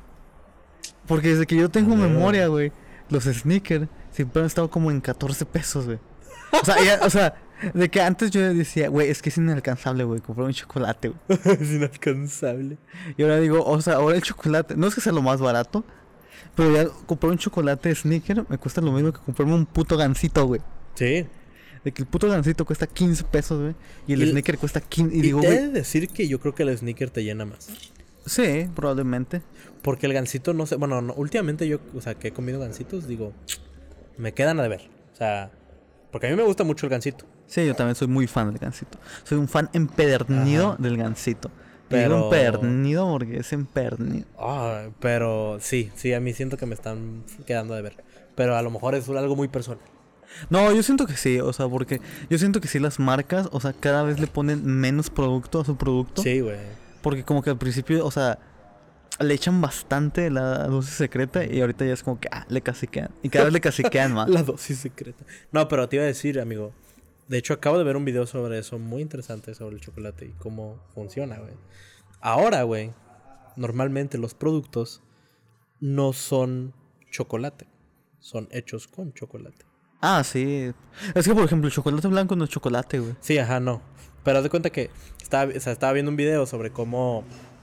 Porque desde que yo tengo A ver. memoria, güey, los sneakers siempre han estado como en catorce pesos, güey. O sea, ya- o sea, de que antes yo decía, güey, es que es inalcanzable, güey, comprar un chocolate, güey. Es inalcanzable. Y ahora digo, o sea, ahora el chocolate, no es que sea lo más barato, pero ya comprar un chocolate sneaker me cuesta lo mismo que comprarme un puto gansito, güey. Sí. De que el puto gansito cuesta quince pesos, güey. Y el Y el- sneaker cuesta quince. Y, Y, digo, te he güey, de decir que yo creo que el sneaker te llena más. sí, probablemente. Porque el gansito, no sé... Bueno, no, últimamente yo, o sea, que he comido gansitos, digo... Me quedan a deber. O sea... Porque a mí me gusta mucho el gansito. Sí, yo también soy muy fan del gansito. Soy un fan empedernido Ajá. del gansito. Pero- Digo empedernido porque es empernido. Ah, pero sí, sí, a mí siento que me están quedando de ver. Pero a lo mejor es algo muy personal. No, yo siento que sí, o sea, porque yo siento que sí las marcas, o sea, cada vez le ponen menos producto a su producto. Sí, güey. Porque como que al principio, o sea, le echan bastante la dosis secreta y ahorita ya es como que, ah, le caciquean. Y cada vez le caciquean más. La dosis secreta. No, pero te iba a decir, amigo. De hecho, acabo de ver un video sobre eso muy interesante sobre el chocolate y cómo funciona, güey. Ahora, güey, normalmente los productos no son chocolate. Son hechos con chocolate. Ah, sí. Es que, por ejemplo, el chocolate blanco no es chocolate, güey. Sí, ajá, no. Pero haz de cuenta que estaba, o sea, estaba viendo un video sobre cómo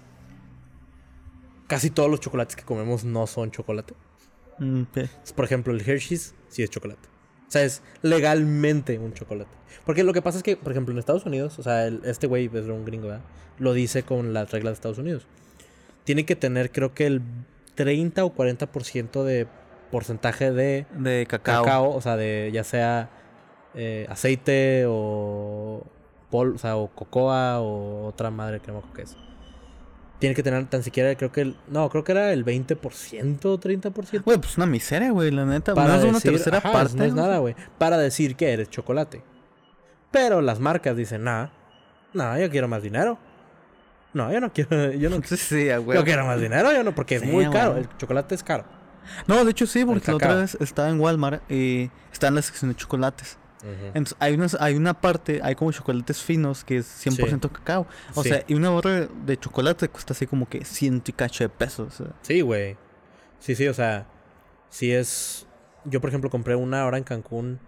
casi todos los chocolates que comemos no son chocolate. Mm, okay. Por ejemplo, el Hershey's sí es chocolate. O sea, es legalmente un chocolate. Porque lo que pasa es que, por ejemplo, en Estados Unidos, o sea, el, este güey es un gringo, ¿verdad? Lo dice con las reglas de Estados Unidos. Tiene que tener, creo que el treinta o cuarenta por ciento de porcentaje de... De cacao. Cacao, o sea, de ya sea eh, aceite o... Pol, o sea, o cocoa o otra madre que no me acuerdo qué es. Tiene que tener tan siquiera, creo que el... No, creo que era el veinte por ciento o treinta por ciento. Güey, pues una miseria, güey, la neta. Para Más de una decir, tercera ajá, parte. No es nada, güey. Para decir que eres chocolate. Pero las marcas dicen, nah, nah, yo quiero más dinero. No, yo no quiero, yo no, Sí, sí, güey. yo quiero más dinero, yo no, porque es Sí, muy caro. güey. El chocolate es caro. No, de hecho sí, porque la otra cacao. vez estaba en Walmart y está en la sección de chocolates. Uh-huh. Entonces, hay, unas, hay una parte, hay como chocolates finos que es cien por ciento cacao. O Sí. sea, y una barra de chocolate cuesta así como que ciento y cacho de pesos. O sea. Sí, güey. Sí, sí, o sea, sí es... Yo, por ejemplo, compré una hora en Cancún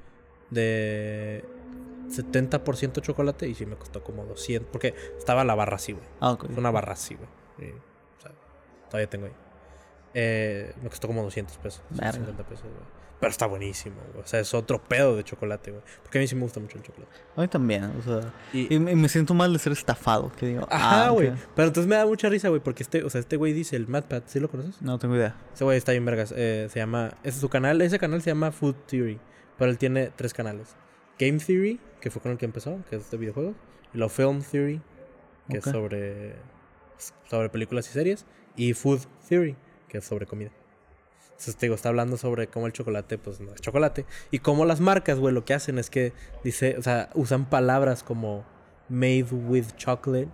de setenta por ciento chocolate y sí me costó como doscientos. Porque estaba la barra así, güey. Ah, ok. Fue una barra así, güey. Sí, o sea, todavía tengo ahí. Eh, me costó como doscientos pesos. Verga. cincuenta pesos, güey. Pero está buenísimo, güey. O sea, es otro pedo de chocolate, güey. Porque a mí sí me gusta mucho el chocolate. A mí también, o sea. Y- Y, me, me siento mal de ser estafado, que digo. Ajá, ah, güey. ok. Pero entonces me da mucha risa, güey. Porque este, o sea, este güey dice, el MadPat, ¿sí lo conoces? No tengo idea. Ese güey está bien vergas. Eh, se llama... Ese es su canal. Ese canal se llama Food Theory. Pero él tiene tres canales. Game Theory, que fue con el que empezó, que es de videojuegos. Y luego Film Theory, que Ok. es sobre... Sobre películas y series. Y Food Theory, que es sobre comida. Entonces, te digo, está hablando sobre cómo el chocolate, pues, no es chocolate. Y cómo las marcas, güey, lo que hacen es que... Dice... O sea, usan palabras como... Made with chocolate.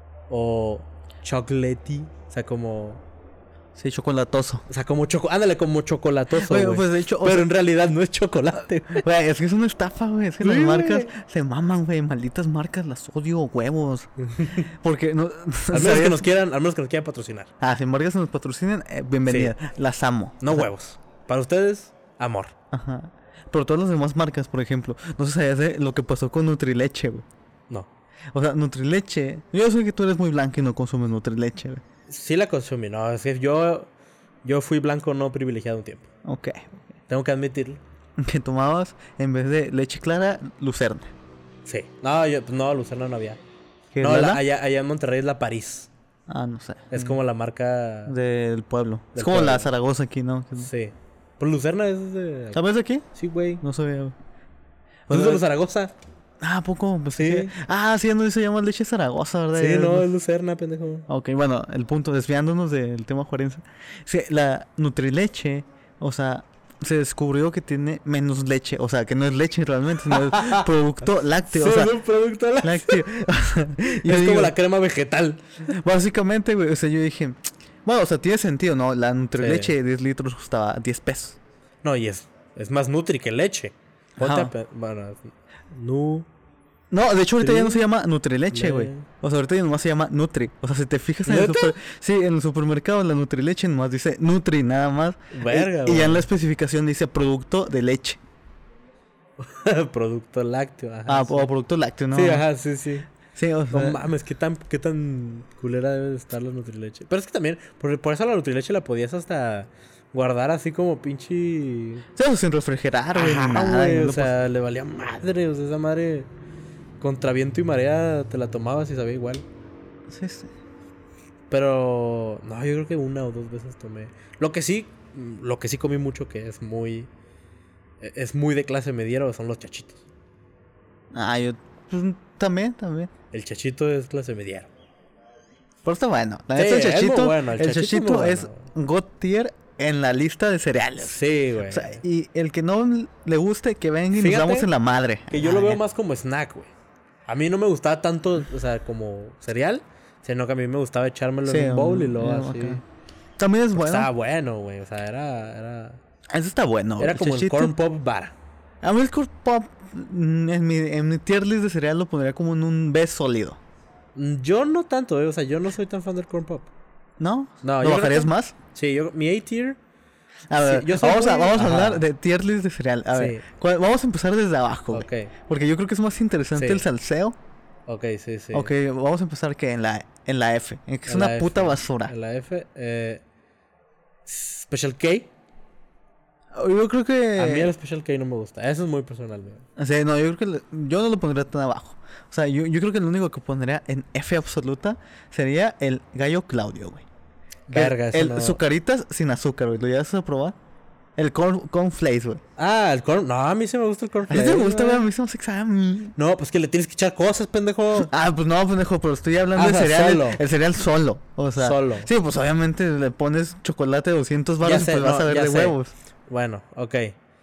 O... Chocolatey. O sea, como... Sí, chocolatoso. O sea, como choco... Ándale, como chocolatoso, Oye, güey. pues de hecho, o Pero sea- en realidad no es chocolate, güey. Güey, es que es una estafa, güey. Es que Sí, las marcas güey. se maman, güey. Malditas marcas, las odio, huevos. Porque no. Al menos que nos quieran, al menos que nos quieran patrocinar. Ah, si marcas nos patrocinan, eh, bienvenida. Las amo. No huevos. Para ustedes, amor. Ajá. Pero todas las demás marcas, por ejemplo, no sé si sabías de lo que pasó con Nutrileche, güey. No. O sea, Nutrileche. Yo sé que tú eres muy blanco y no consumes Nutrileche, güey. Sí la consumí, no. Es que yo... Yo fui blanco no privilegiado un tiempo. Ok. Tengo que admitirlo. Que tomabas, en vez de leche clara, lucerna. Sí. No, yo... pues no, Lucerna no había. ¿Qué No, es la- Lala? allá, allá en Monterrey es la París. Ah, no sé. Es como la marca... Del pueblo. Del es como pueblo. la Zaragoza aquí, ¿no? Sí. Pues Lucerna es de... ¿Sabes de aquí? Sí, güey. No sabía, güey. ¿No es de los Zaragoza? Ah, ¿a poco? Pues Sí. sí. Ah, sí, no se llama leche Zaragoza, ¿verdad? Sí, Ya- no, es Lucerna, pendejo. Ok, bueno, el punto, desviándonos del tema juarense. Sí, la Nutrileche, o sea, se descubrió que tiene menos leche. O sea, que no es leche realmente, sino es producto lácteo. o sea, es un producto la- lácteo. Yo Es digo, como la crema vegetal. básicamente, güey, o sea, yo dije, bueno, o sea, tiene sentido, ¿no? La Nutrileche de diez litros costaba diez pesos. No, y es, es más nutri que leche. Ponte Ajá. a pe- bueno, nu... No, de hecho ahorita ya no Tri- se llama Nutrileche, güey. Le- O sea, ahorita ya nomás se llama Nutri. O sea, si te fijas en el, ¿Neta? super- sí, en el supermercado la Nutrileche nomás dice Nutri nada más. Verga, y, y ya en güey. la especificación dice producto de leche. Producto lácteo, ajá. Ah, sí. o producto lácteo, ¿no? Sí, ajá, sí, sí. Sí, o No sea, mames, qué tan, qué tan culera debe de estar la Nutrileche. Pero es que también, por, por eso la Nutrileche la podías hasta guardar así como pinche... sí, o sea, sin refrigerar, güey, ni Ajá, nada. güey, y no o lo sea, le valía madre, o sea, esa madre... Contra viento y marea te la tomabas y sabía igual. pas- sí, sí. Pero... No, yo creo que una o dos veces tomé. Lo que sí... Lo que sí comí mucho que es muy... Es muy de clase mediero son los chachitos. Ah, yo pues, también, también. El chachito es clase mediero. Pero está bueno. La Sí, neta, el es muy chachito, bueno, el el chachito es chachito muy es bueno. God tier en la lista de cereales. Sí, güey. O sea, y el que no le guste, que venga y Fíjate nos damos en la madre. Que yo lo Ah, veo ya. más como snack, güey. A mí no me gustaba tanto, o sea, como cereal, sino que a mí me gustaba echármelo Sí, en un bowl y un- luego eh, así. ok. También es bueno. Estaba bueno, güey. O sea, era... Era, Eso está bueno. era como el Chachito. corn pop bar. A mí el corn pop mm, en mi, en mi tier list de cereal lo pondría como en un B sólido. Mm, Yo no tanto, eh. O sea, yo no soy tan fan del corn pop. ¿No? No, ¿Lo yo creo bajarías que- más? Sí, yo... Mi A-tier... A ver, Sí, yo soy vamos, a, muy- vamos a ajá. hablar de tier list de cereal. A Sí. ver, ¿cuál- vamos a empezar desde abajo. güey. Ok. Porque yo creo que es más interesante Sí. el salseo. Ok, sí, sí. Ok, vamos a empezar que en la, en la F. en que es En una la F, puta basura. En la F, eh, Special K. Yo creo que... A mí el Special K no me gusta. Eso es muy personal, mío. O sea, no, yo creo que le- yo no lo pondría tan abajo. O sea, yo, yo creo que el único que pondría en F absoluta sería el gallo Claudio, güey. Que Verga, eso el no- Zucaritas sin azúcar, güey. ¿Lo llevas a probar? El corn, corn flakes, güey. Ah, el corn. No, a mí sí me gusta el corn ¿A ti te flakes, gusta, güey? A güey. mí se me hace que sabe a mí. No, pues que le tienes que echar cosas, pendejo. Ah, pues no, pendejo, pero estoy hablando Ah, de o sea, cereal. solo. El cereal solo. O sea, Solo. Sí, pues obviamente le pones chocolate de doscientos Ya baros y sé, pues vas no, a ver ya de sé. huevos. Bueno, ok.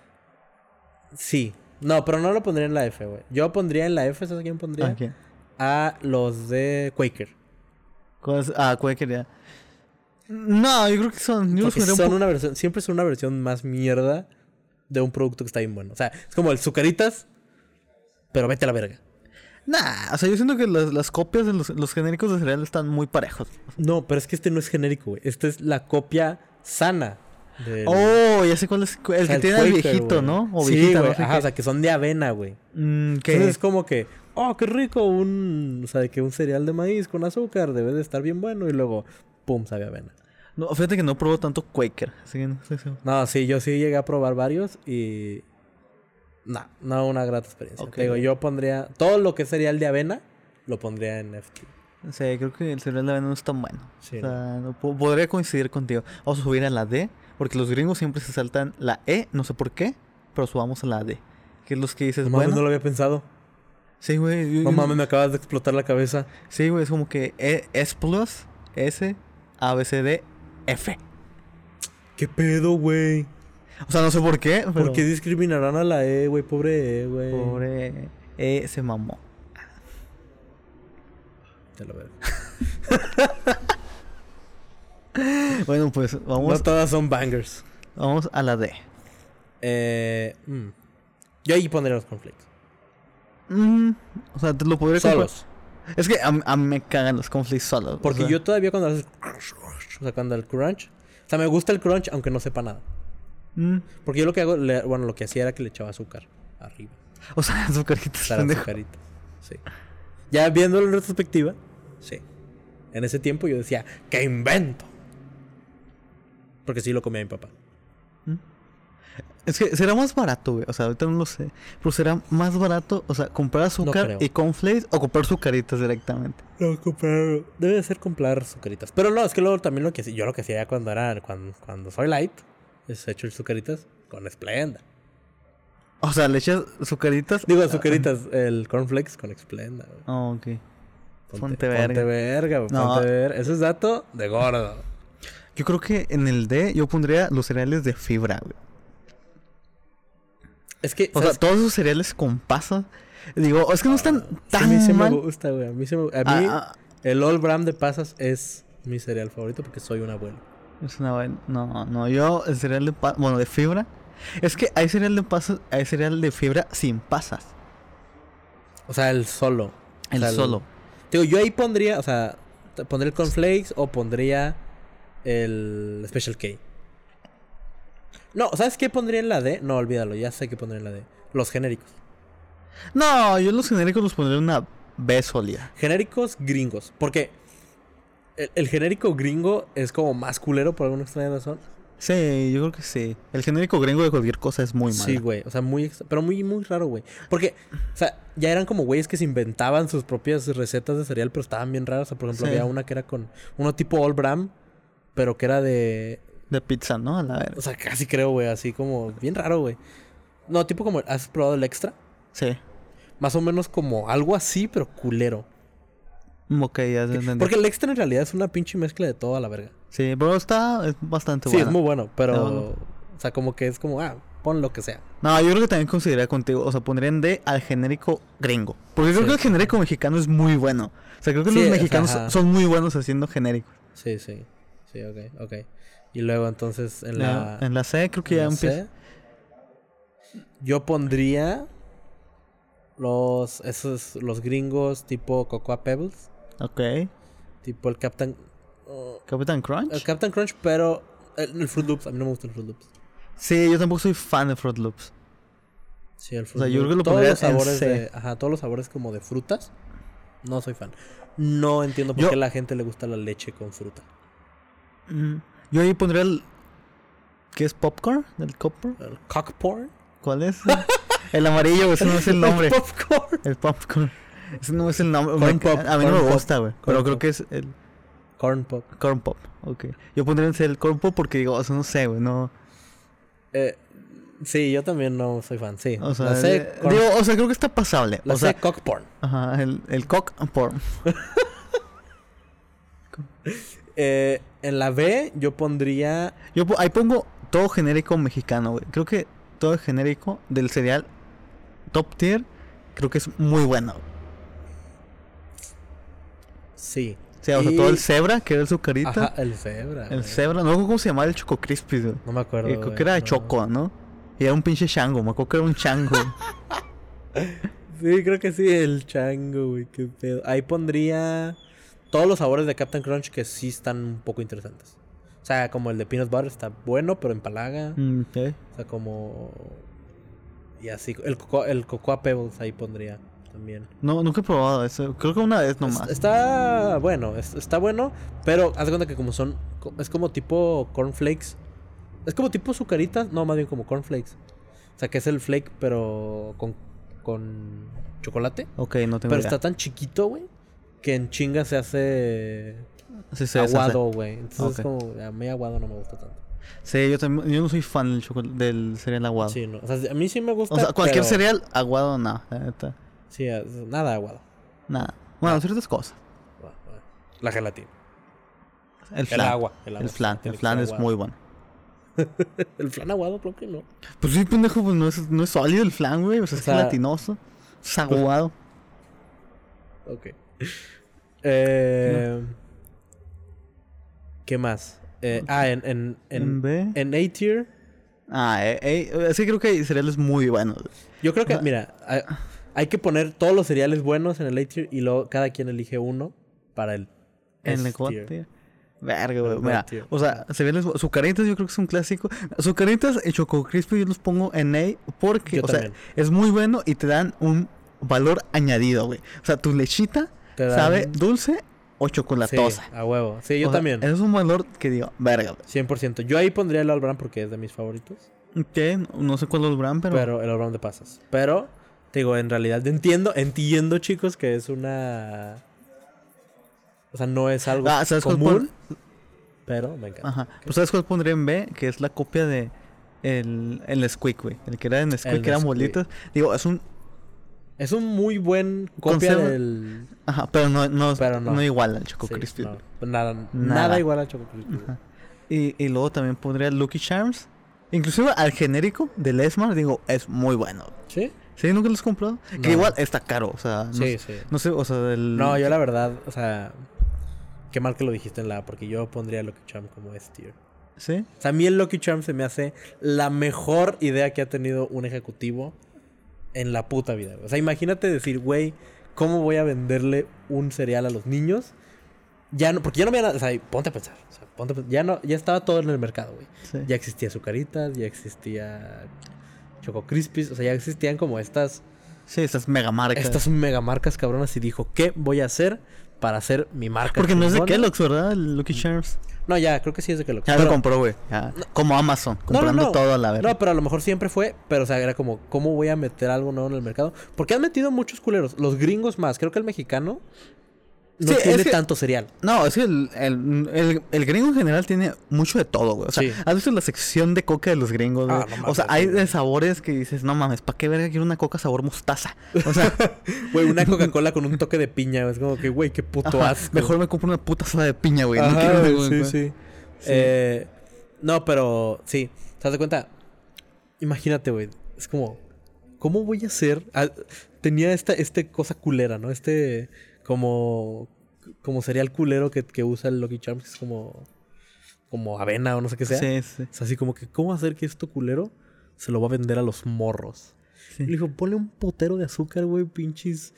Sí. No, pero no lo pondría en la F, güey. Yo pondría en la F, ¿sabes a quién pondría? ¿A quién? A los de Quaker. Cosas- Ah, Quaker ya. No, yo creo que son. Yo los Porque pondría un son po- una versión, siempre son una versión más mierda de un producto que está bien bueno. O sea, es como el Zucaritas, pero vete a la verga. Nah, o sea, yo siento que las, las copias de los, los genéricos de cereal están muy parejos. No, pero es que este no es genérico, güey. Esta es la copia sana del... Oh, ya sé cuál es. El o sea, que tiene al Quaker, viejito, güey. ¿no? O sí, viejita, güey. no sé Ajá, qué. o sea, que son de avena, güey. Mm, ¿qué? Entonces es como que, oh, qué rico, un... O sea, de que un cereal de maíz con azúcar debe de estar bien bueno y luego, pum, sabe a avena. No, fíjate que no probó tanto Quaker. Así que no sé si- No, sí, yo sí llegué a probar varios y... No, no una grata experiencia. Ok. Te digo, yo pondría... Todo lo que es cereal de avena, lo pondría en F T. O sea, creo que el cereal de avena no es tan bueno. Sí, o sea, no po- podría coincidir contigo. Vamos a subir a la D, porque los gringos siempre se saltan la E, no sé por qué, pero subamos a la D. Que es los que dices, No mames, bueno. no lo había pensado. Sí, güey. yo- No yo- mames, me acabas de explotar la cabeza. Sí, güey, es como que E, S plus, S, A, B, C, D, F. ¿Qué pedo, güey? O sea, no sé por qué, pero... ¿Por qué discriminarán a la E, güey? Pobre E, güey. Pobre E se mamó. Te lo veo. Bueno, pues vamos, No todas son bangers. vamos a la D. Eh, mm. Yo ahí pondría los cornflakes. Mm, o sea, te lo podría comprar. Solos. Es que a, mí- a mí me cagan los conflicts solos. Porque o sea. yo todavía cuando haces... O sea, cuando el crunch... O sea, me gusta el crunch aunque no sepa nada. Mm, Porque yo lo que hago... le- bueno, lo que hacía era que le echaba azúcar arriba. o sea, azucaritas, Para pendejo. azucarito. Sí. Ya viéndolo en retrospectiva... Sí. En ese tiempo yo decía... ¡Qué invento! Porque sí lo comía mi papá. Es que será más barato, güey. O sea, ahorita no lo sé. Pero será más barato, o sea, comprar azúcar creo. y cornflakes o comprar azucaritas directamente. No, comprar... Debe de ser comprar azucaritas. Pero no, es que luego también lo que hacía... Yo lo que hacía ya cuando era... Cuando, cuando soy light... Es hecho el azucaritas con Splenda. O sea, le echas azucaritas. Digo, azucaritas, el cornflakes con Splenda, güey. Oh, ok. Ponte, Ponte verga. Ponte verga, güey. No. Ponte verga. Eso es dato de gordo. Yo creo que en el D yo pondría los cereales de fibra, güey. Es que, O sea, ¿sabes? todos esos cereales con pasas. Digo, es que no están a mí sí tan me mal. gusta, güey. A mí, sí me... a mí Ah, ah, el All Brand de pasas es mi cereal favorito porque soy un abuelo. es una buena. No, no, yo el cereal de pa- bueno, de fibra. Es que hay cereal de pasas, hay cereal de fibra sin pasas. O sea, el solo. El O sea, solo. Digo, yo ahí pondría, o sea, te- pondría el cornflakes o pondría el Special K. No, ¿sabes qué pondría en la D? No, olvídalo, ya sé qué pondría en la D. Los genéricos. No, yo los genéricos los pondría en una B sólida. Genéricos gringos. Porque el, el genérico gringo es como más culero por alguna extraña razón. Sí, yo creo que sí. El genérico gringo de cualquier cosa es muy malo. Sí, güey. O sea, muy extra- pero muy, muy raro, güey. Porque, o sea, ya eran como güeyes que se inventaban sus propias recetas de cereal, pero estaban bien raras. O sea, por ejemplo, Sí. había una que era con uno tipo All Brand, pero que era de... De pizza, ¿no? A la verga. O sea, casi creo, güey, así como bien raro, güey. No, tipo como, ¿has probado el extra? Sí. Más o menos como algo así, pero culero. Ok, ya se entendió. Porque el extra en realidad es una pinche mezcla de todo a la verga. Sí, pero está es bastante Sí, bueno. es muy bueno, pero... Está bueno. O sea, como que es como, ah, pon lo que sea. No, yo creo que también consideraría contigo, o sea, pondría en D al genérico gringo. Porque creo Sí. que el genérico mexicano es muy bueno. O sea, creo que Sí, los o sea, mexicanos ajá. son muy buenos haciendo genéricos. Sí, sí. Sí, Sí, ok, ok. Y luego entonces en La- la... en la C creo que en ya la empieza. C, yo pondría los... Esos... Los gringos tipo Cocoa Pebbles. Ok. Tipo el Captain... oh, Captain Crunch. el Captain Crunch, pero... El, el Fruit Loops. A mí no me gusta el Fruit Loops. Sí, yo tampoco soy fan de Fruit Loops. Sí, el O Fruit sea, yo Loops. creo que lo Todos pondría los en sabores C. de... Ajá, todos los sabores como de frutas. No soy fan. No entiendo por Yo- qué a la gente le gusta la leche con fruta. Mm, Yo ahí pondría el... ¿Qué es popcorn? ¿El popcorn? El cock porn. ¿Cuál es? El amarillo, ese no es el nombre. Popcorn. El popcorn. Ese no es el nombre. Corn Me- pop, a mí no corn me pop, gusta, güey. corn Pero creo pop. que es el Corn pop. corn pop. Ok. Yo pondría en C el corn pop porque digo, o sea, no sé, güey. No. Eh, sí, yo también no soy fan, sí. O sea, la C, eh, corn- digo, o sea, creo que está pasable. la o C, sea, cock porn. ajá, el, el cock porn. Eh, en la B yo pondría... Yo po- ahí pongo todo genérico mexicano, güey. Creo que todo genérico del cereal top tier, creo que es muy bueno. Sí. O sea, o sea, Y- todo el cebra, que era el sucarita. Ajá, el cebra. El güey. cebra, no recuerdo cómo se llamaba el Choco Crispy, güey. No me acuerdo. Eh, creo güey, que era de no. Choco, ¿no? Y era un pinche chango, me acuerdo que era un chango. Sí, creo que sí, el chango, güey, qué pedo. Ahí pondría todos los sabores de Captain Crunch que sí están un poco interesantes. O sea, como el de peanut butter está bueno, pero empalaga. Mm, ok. O sea, como... Y así, el, coco, el Cocoa Pebbles ahí pondría también. No, nunca he probado eso. Creo que una vez nomás. Es- Está bueno, es- está bueno, pero haz de cuenta que como son... co- Es como tipo cornflakes. Es como tipo sucaritas, no, más bien como cornflakes. O sea, que es el flake, pero con, con chocolate. Ok, no tengo Pero idea. está tan chiquito, güey, que en chinga se hace Sí, sí, esa- aguado, güey. Entonces Ok. es como, a mí aguado no me gusta tanto. Sí, yo también, yo no soy fan del, chocolate, del cereal aguado. Sí, no. O sea, a mí sí me gusta. O sea, cualquier pero- cereal aguado, no, la neta. Sí, es- nada aguado. Nada. Bueno, ciertas cosas. Va, va. La gelatina. El El flan. agua. El, agua, El flan. tiene El que flan ser es aguado. muy bueno. El flan aguado, creo que no. Pues sí, pendejo, pues no es, no es sólido el flan, güey. O sea, O es sea, gelatinoso. Es aguado. Ok. Eh, ¿Qué más? Eh, ah, en, en, en, En B. en A-tier. Ah, eh, eh, sí creo que hay cereales muy buenos. Yo creo que, O sea, mira, hay, hay que poner todos los cereales buenos en el A-tier y luego cada quien elige uno para el En el S-tier. cote. Verga, güey. El Mira, God tier. o sea, cereales... Sucaritas yo creo que es un clásico. Sucaritas y Choco Crispy yo los pongo en A porque, Yo o sea, también. es muy bueno y te dan un valor añadido, güey. O sea, tu lechita Te dan- sabe dulce o Sí, chocolatosa. a huevo. Sí, yo O sea, también. Es un valor que digo, verga, güey. cien por ciento. Yo ahí pondría el All Brand porque es de mis favoritos. Que no sé cuál es el brand, pero... Pero el All Brand de pasas. Pero, te digo, en realidad entiendo, entiendo, chicos, que es una... O sea, no es algo Ah, ¿sabes cuál común, pon- pero me encanta. Ajá. Pues ¿sabes cuál pondría en B? Que es la copia de... El, el Nesquik, güey. El que era de Nesquik, El que eran Nesquik. bolitas. Digo, es un... Es un muy buen copia Conserva- del... Ajá, pero no, no, Pero no. no igual al Choco Sí, Crispy. no, nada, nada, Nada. igual a Choco Crispy. Ajá. Y, y luego también pondría Lucky Charms. Inclusive al genérico del Esmar, digo, es muy bueno. ¿Sí? ¿Sí? ¿Nunca lo has comprado? No. Que igual está caro, o sea... No, Sí, sé- sí. no sé, o sea, del... No, yo la verdad, o sea... Qué mal que lo dijiste en la... Porque yo pondría Lucky Charm como S-tier. ¿Sí? O sea, a mí el Lucky Charm se me hace la mejor idea que ha tenido un ejecutivo en la puta vida. O sea, imagínate decir, güey, ¿cómo voy a venderle un cereal a los niños? Ya no, porque ya no me... O sea, ponte a pensar. O sea, ponte a pensar. Ya, no, ya estaba todo en el mercado, güey. Sí. Ya existía Azucaritas, ya existía Choco Crispies. O sea, ya existían como estas... Sí, estas mega marcas. Estas mega marcas cabronas y dijo, ¿qué voy a hacer para hacer mi marca? Porque no es de chingona? Kellogg's, ¿verdad? El Lucky Charms. No, ya, creo que sí es de Kellogg's. Ya Pero- lo compró, güey. Ya. Como Amazon, No, no, comprando no. todo a la vez. No, pero a lo mejor siempre fue, pero o sea, era como, ¿cómo voy a meter algo nuevo en el mercado? Porque han metido muchos culeros, los gringos más, creo que el mexicano no Sí, tiene es que- tanto cereal. No, es que el, el, el, el gringo en general tiene mucho de todo, güey. O sea, Sí. ¿has visto la sección de coca de los gringos, güey? Ah, no o sea, mames, hay sí, de güey. sabores que dices, no mames, ¿para qué verga quiero una coca sabor mostaza? O sea, Güey, una Coca-Cola con un toque de piña, güey, es como que, güey, qué puto ajá, asco. mejor me compro una puta soda de piña, güey. No Ajá, quiero güey, güey, sí, güey. sí. Sí. Eh, no, pero sí, ¿te das cuenta? Imagínate, güey, es como, ¿cómo voy a hacer? Ah, tenía esta este cosa culera, ¿no? Este como como cereal culero que, que usa el Lucky Charms, que es como como avena o no sé qué sea. Sí, sí. O sea, así como que, ¿cómo hacer que esto culero se lo va a vender a los morros? Sí. Y le dijo, ponle un potero de azúcar, güey, pinches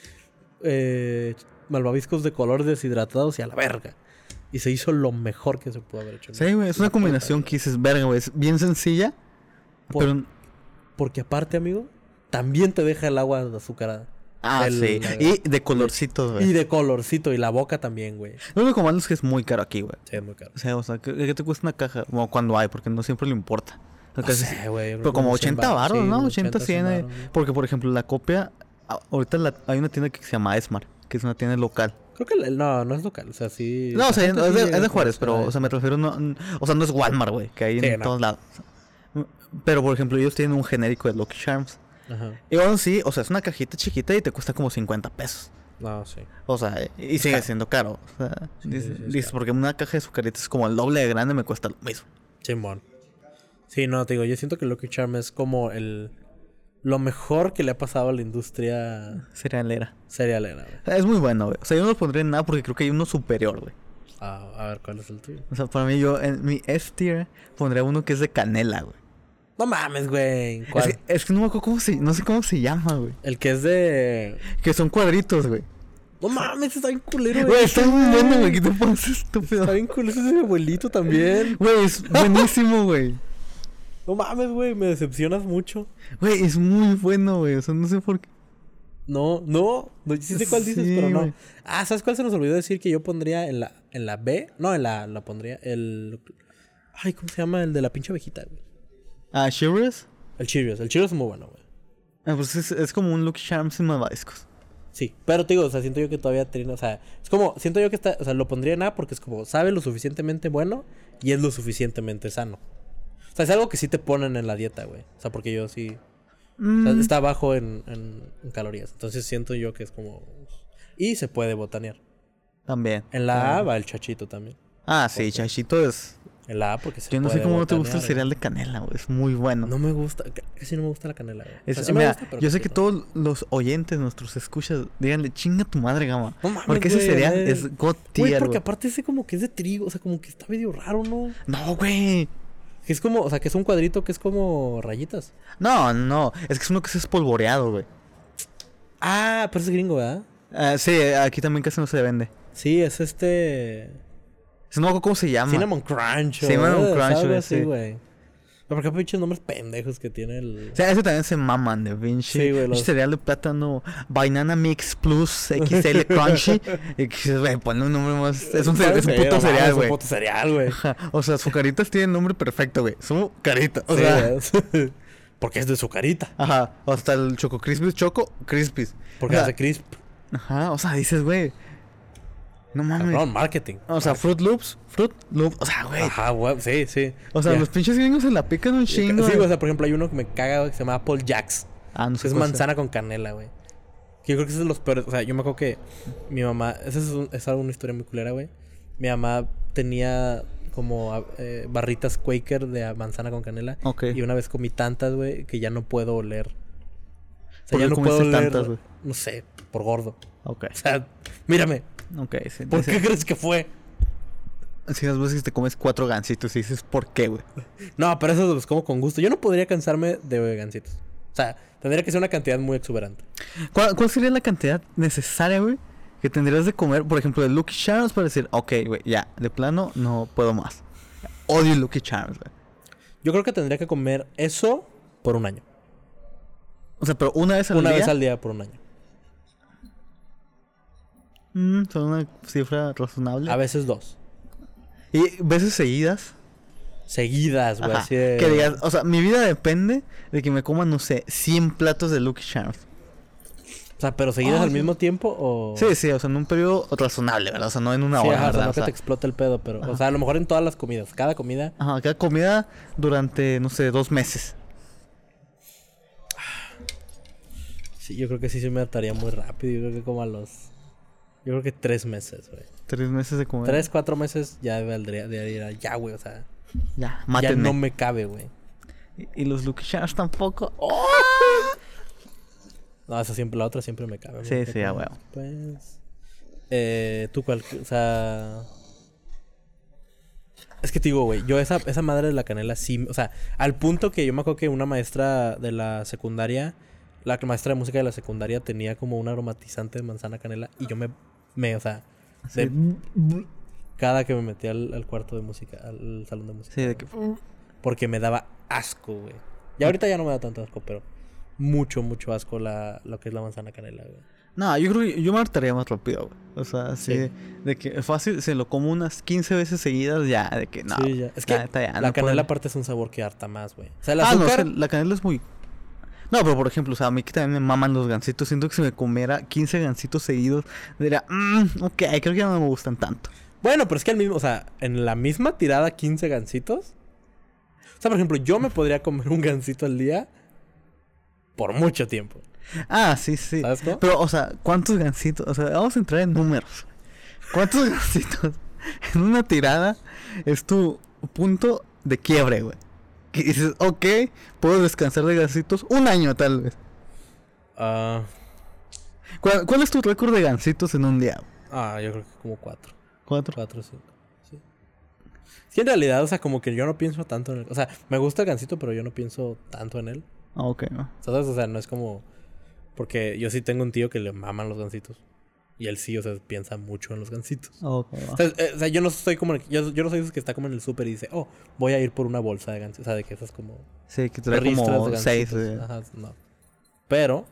eh, malvaviscos de color deshidratados y a la verga. Y se hizo lo mejor que se pudo haber hecho. Sí, güey, es una combinación que dices, verga, güey, es bien sencilla, Por- pero... Porque aparte, amigo, también te deja el agua azucarada. Ah, El- sí. la- Y de colorcitos, Y güey. de colorcito. Y la boca también, güey. Lo único malo es que es muy caro aquí, güey. Sí, es muy caro. O sea, o sea, ¿qué, qué te cuesta una caja? Bueno, cuando hay, porque no siempre le importa. O sea, No casi- sé, güey. pero como cien ochenta varos, baros, sí, ¿no? ochenta, cien. eh. varos, güey. Porque, por ejemplo, la copia... a- Ahorita la- hay una tienda que se llama Esmar, que es una tienda local. Creo que el- no, no es local. O sea, sí. No, o sea, la gente es sí de, llega es de a Juárez, pero, conocer. o sea, me refiero, no, n- o sea, no es Walmart, güey, que hay Sí, en no. todos lados. Pero, por ejemplo, ellos tienen un genérico de Lucky Charms. Ajá. Y bueno, sí, o sea, es una cajita chiquita y te cuesta como cincuenta pesos. No, sí. O sea, y sigue caro. siendo caro. O sea, Sí, dices, sí, sí, es dices, caro. porque una caja de sucaritas es como el doble de grande, me cuesta lo mismo. Simón. Sí, no, te digo, yo siento que Lucky Charm es como el... Lo mejor que le ha pasado a la industria Cerealera. cerealera, güey. O sea, es muy bueno, güey. O sea, yo no lo pondría en nada porque creo que hay uno superior, güey. Ah, a ver, ¿cuál es el tuyo? O sea, para mí, yo en mi S tier pondría uno que es de canela, güey. No mames, güey. Es ¿Cuál? que, es que no me acuerdo cómo se... No sé cómo se llama, güey. El que es de... Que son cuadritos, güey. No mames, está bien culero, Güey, está muy bueno, güey. ¿Qué te pasa, estúpido? Está bien culero, ese es de mi abuelito también. Güey, es buenísimo, güey. No mames, güey, me decepcionas mucho. Güey, es muy bueno, güey. O sea, no sé por qué. No, no, no sí sé cuál dices, Sí, pero no. güey. Ah, ¿sabes cuál se nos olvidó decir que yo pondría en la, en la B? No, en la, la pondría el... Ay, ¿cómo se llama? El de la pinche ovejita, güey. Ah, Cheerios. El Cheerios, el Cheerios es muy bueno, güey. Ah, pues es, es como un Lucky Charms sin malvaviscos. Sí, pero te digo, o sea, siento yo que todavía tiene, o sea, es como, siento yo que está, o sea, lo pondría en A porque es como, sabe lo suficientemente bueno y es lo suficientemente sano. O sea, es algo que sí te ponen en la dieta, güey. O sea, porque yo sí, o sea, Mm, está bajo en, en, en calorías. Entonces siento yo que es como, y se puede botanear. También. En la A Ah, va el chachito también. Ah, sí, Chachito es... En la A porque se Yo no sé puede cómo no te gusta el botanear, cereal de canela, güey. Es muy bueno. güey. No me gusta, ca- casi no me gusta la canela, güey. O Es- sea, sí me mira, gusta, pero yo sé casi que no. todos los oyentes, nuestros escuchas, díganle, chinga tu madre, gama. No mames, Porque ese güey, cereal güey. es God Güey, tier, porque güey. aparte ese como que es de trigo, o sea, como que está medio raro, ¿no? No, güey. Que es como, o sea, que es un cuadrito que es como rayitas. No, no. Es que es uno que es espolvoreado, güey. Ah, pero es gringo, ¿verdad? Ah, sí, aquí también casi no se vende. Sí, es este... No me acuerdo cómo se llama. Cinnamon Crunch. o Cinnamon algo Crunch, así, güey, sí. güey. Pero ¿por qué pinches nombres pendejos que tiene el... O sea, ese también se maman de Vinci. Sí, güey, los- Cereal de plátano, Banana Mix Plus X L Crunchy. Y que dices, güey, ponle un nombre más. Es un, cere- es un Sí, no puto mames, cereal, Es un güey. puto cereal, güey. Ajá. O sea, sus caritas tienen nombre perfecto, güey. Son caritas. O Sí, sea, güey. Porque es de su carita. ajá. O hasta el Choco Crispies, Choco Crispies. Porque O sea, hace crisp. Ajá, o sea, dices, güey. No mames. Cabrón, marketing. O sea, Fruit Loops, Fruit Loops. O sea, güey. Ajá, güey. Sí, sí. O sea, Ya. los pinches gringos se la pican un chingo. Sí, güey. o sea, por ejemplo, hay uno que me caga, güey, que se llama Apple Jacks. Ah, no Que sé es cuál sea. manzana con canela, güey. Que yo creo que ese es de los peores. O sea, yo me acuerdo que mi mamá... Esa es, un- es algo- una historia muy culera, güey. Mi mamá tenía como eh, barritas Quaker de manzana con canela. Ok. Y una vez comí tantas, güey, que ya no puedo oler. O sea, ¿Por ya qué no puedo comiste oler... tantas, güey? No sé, por gordo. Ok. O sea, mírame. Ok, sí. ¿Por dice- qué crees que fue? Si las veces te comes cuatro gancitos y dices, ¿por qué, güey? No, pero eso los como con gusto. Yo no podría cansarme de vegancitos. O sea, tendría que ser una cantidad muy exuberante. ¿Cuál, cuál sería la cantidad necesaria, güey, que tendrías de comer, por ejemplo, de Lucky Charms para decir, ok, güey, ya, de plano no puedo más? Odio Lucky Charms, güey. Yo creo que tendría que comer eso por un año. O sea, pero una vez al Una día. vez al día por un año. Mm, son una cifra razonable. A veces dos. Y veces seguidas. Seguidas, güey. Ajá, Así de... que digas, o sea, mi vida depende de que me coman, no sé, cien platos de Lucky Charms. O sea, pero seguidas Ah, al sí. mismo tiempo o... Sí, sí, o sea, en un periodo razonable, ¿verdad? O sea, no en una Sí, hora, ajá, o sea, ¿verdad? no O que sea, te explote el pedo, pero... Ajá. O sea, a lo mejor en todas las comidas. Cada comida... ajá, cada comida durante, no sé, dos meses. Sí, yo creo que sí se me ataría muy rápido. Yo creo que como a los... Yo creo que tres meses, güey. Tres meses de comer. Tres, cuatro meses ya valdría de ir a... Ya, güey, o sea... Ya, Ya mátenme. no me cabe, güey. Y, y los Lucky Charms tampoco. No, esa siempre... La otra siempre me cabe. Sí, güey. sí, a huevo. Pues... Eh... ¿Tú cuál? O sea... Es que te digo, güey, yo esa, esa madre de la canela sí... O sea, al punto que yo me acuerdo que una maestra de la secundaria... La maestra de música de la secundaria tenía como un aromatizante de manzana canela. Y yo me... me o sea... Sí. De, cada que me metía al, al cuarto de música, al salón de música. Sí, de que... Porque me daba asco, güey. Y ahorita ya no me da tanto asco, pero... Mucho, mucho asco la, lo que es la manzana canela, güey. No, yo creo que yo me hartaría más rápido, güey. O sea, sí, Sí. de que fácil, se lo como unas quince veces seguidas ya, de que no. Sí, ya. Es que la neta ya, la no canela puedo. aparte es un sabor que harta más, güey. O sea, el Ah, no, es azúcar... que la canela es muy... No, pero por ejemplo, o sea, a mí que también me maman los gancitos. Siento que si me comiera quince gancitos seguidos, diría, mmm, ok, creo que ya no me gustan tanto. Bueno, pero es que al mismo... O sea, en la misma tirada quince gancitos... O sea, por ejemplo, yo me podría comer un gansito al día... Por mucho tiempo. Ah, sí, sí. ¿Sabes cómo? Pero, o sea, ¿cuántos gancitos? O sea, vamos a entrar en números. ¿Cuántos gancitos en una tirada es tu punto de quiebre, güey? Que dices, ok, puedo descansar de gancitos un año tal vez. Ah... ¿Cuál, cuál es tu récord de gancitos en un día? Ah, yo creo que como cuatro. ¿Cuatro? Cuatro, cinco. Sí. Sí, en realidad, o sea, como que yo no pienso tanto en él. O sea, me gusta el gansito, pero yo no pienso tanto en él. Ah, ok, no. ¿Sabes? O sea, no es como... Porque yo sí tengo un tío que le maman los gansitos. Y él sí, o sea, piensa mucho en los gansitos. Ok, va. O sea, eh, o sea, yo no soy como... el- yo, yo no soy de esos que está como en el súper y dice... Oh, voy a ir por una bolsa de gansitos. O sea, de que esas como... Sí, que trae ristras como de seis. gansitos. eh. Ajá, no. Pero... O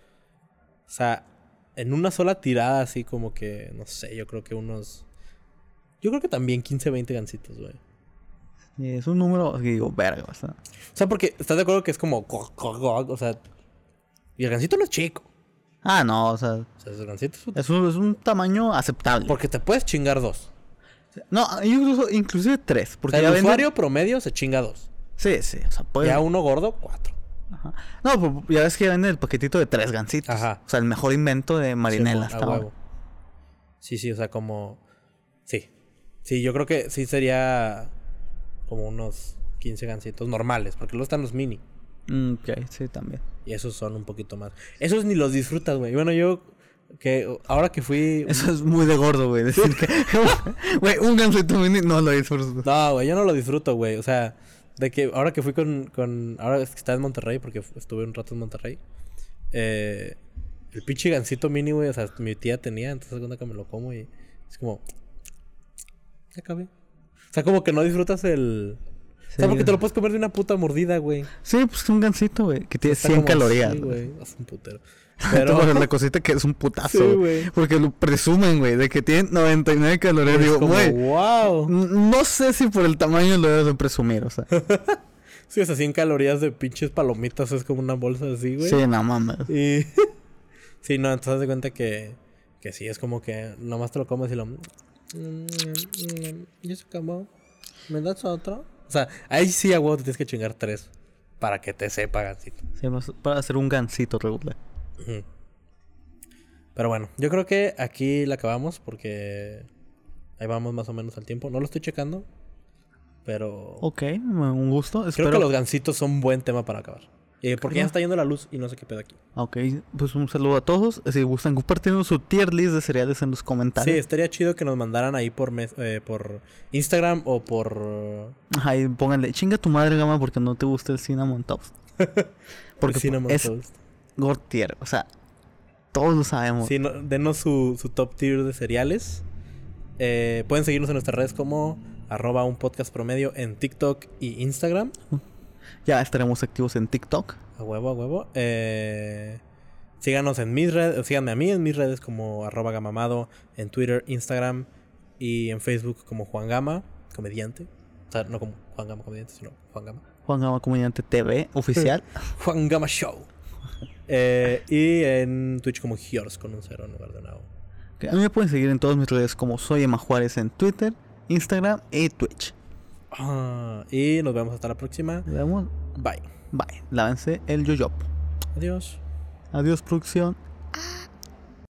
sea, en una sola tirada así como que... No sé, yo creo que unos... Yo creo que también quince, veinte gansitos, güey. Sí, es un número que digo, verga, o sea. O sea, porque... ¿Estás de acuerdo que es como... O sea... Y el gansito no es chico. Ah, no, o sea, O sea, el gansito es un... es un, es un tamaño aceptable. Porque te puedes chingar dos. No, incluso, inclusive tres. O Porque sea, ya el venden- usuario promedio se chinga dos. Sí, sí, o sea, puede... Ya uno gordo, cuatro. Ajá. No, pues ya ves que venden el paquetito de tres gancitos. Ajá. O sea, el mejor invento de Marinela. Sí, a hasta ahora. huevo. Sí, sí, o sea, como... Sí. Sí, yo creo que sí sería... Como unos quince gancitos normales. Porque luego están los mini. Mm, ok, sí, también. Y esos son un poquito más. Esos ni los disfrutas, güey. Bueno, yo... que Ahora que fui... Eso es muy de gordo, güey. Decir que... Güey, un gancito mini no lo disfruto. No, güey, yo no lo disfruto, güey. O sea, de que ahora que fui con... con ahora es que estaba en Monterrey, porque fu- estuve un rato en Monterrey. Eh, el pinche gansito mini, güey, o sea, mi tía tenía, entonces cuando que me lo como y es como... Ya acabé. O sea, como que no disfrutas el... O sea, Sí, porque te lo puedes comer de una puta mordida, güey. Sí, pues un gancito, güey. Que tiene Está cien como calorías. así, güey. güey. Es un putero. Pero Pero... la cosita que es un putazo. Sí, güey. güey. Porque lo presumen, güey, de que tiene noventa y nueve calorías. es Digo, como, güey, wow. n- no sé si por el tamaño lo debes de presumir, o sea. Sí, o sea, cien calorías de pinches palomitas es como una bolsa así, güey. Sí, no mames. Y... sí, no, entonces haz de cuenta que... Que sí, es como que nomás te lo comes y lo... mm, mm, ¿Y se acabó? ¿Me das otro? O sea, ahí sí a huevo te tienes que chingar tres. Para que te sepa gansito. Sí, más- para hacer un gansito regular. Ujú. Pero bueno, yo creo que aquí la acabamos porque... Ahí vamos más o menos al tiempo. No lo estoy checando. Pero... Ok, un gusto. creo Espero... que los gansitos son buen tema para acabar. Eh, porque ya Creo. está yendo la luz y no sé qué pedo aquí. Ok, pues un saludo a todos. Si gustan compartiendo su tier list de cereales en los Sí, comentarios. estaría chido que nos mandaran ahí por mes- eh, por Instagram o por... Ajá, y pónganle, chinga tu madre, gama, porque no te gusta el cinnamon toast. Porque Cinnamon es Toast. God tier, o sea, todos lo sabemos. Sí, no- denos su, su top tier de cereales. Eh, pueden seguirnos en nuestras redes como arroba un podcast promedio en TikTok y Instagram. Ya estaremos activos en TikTok. A huevo, a huevo. Eh, síganos en mis redes, síganme a mí en mis redes como arroba gamamado, en Twitter, Instagram y en Facebook como Juan Gama, comediante. O sea, no como Juan Gama comediante, sino Juan Gama. Juan Gama Comediante T V oficial. Juan Gama Show. Eh, y en Twitch como Giors con un cero en lugar de una O. Que a mí me pueden seguir en todas mis redes como Soy Emma Juárez en Twitter, Instagram y Twitch. Ah, y nos vemos hasta la próxima. Nos vemos. Bye. Bye. Lávense el yoyop. Adiós. Adiós, producción.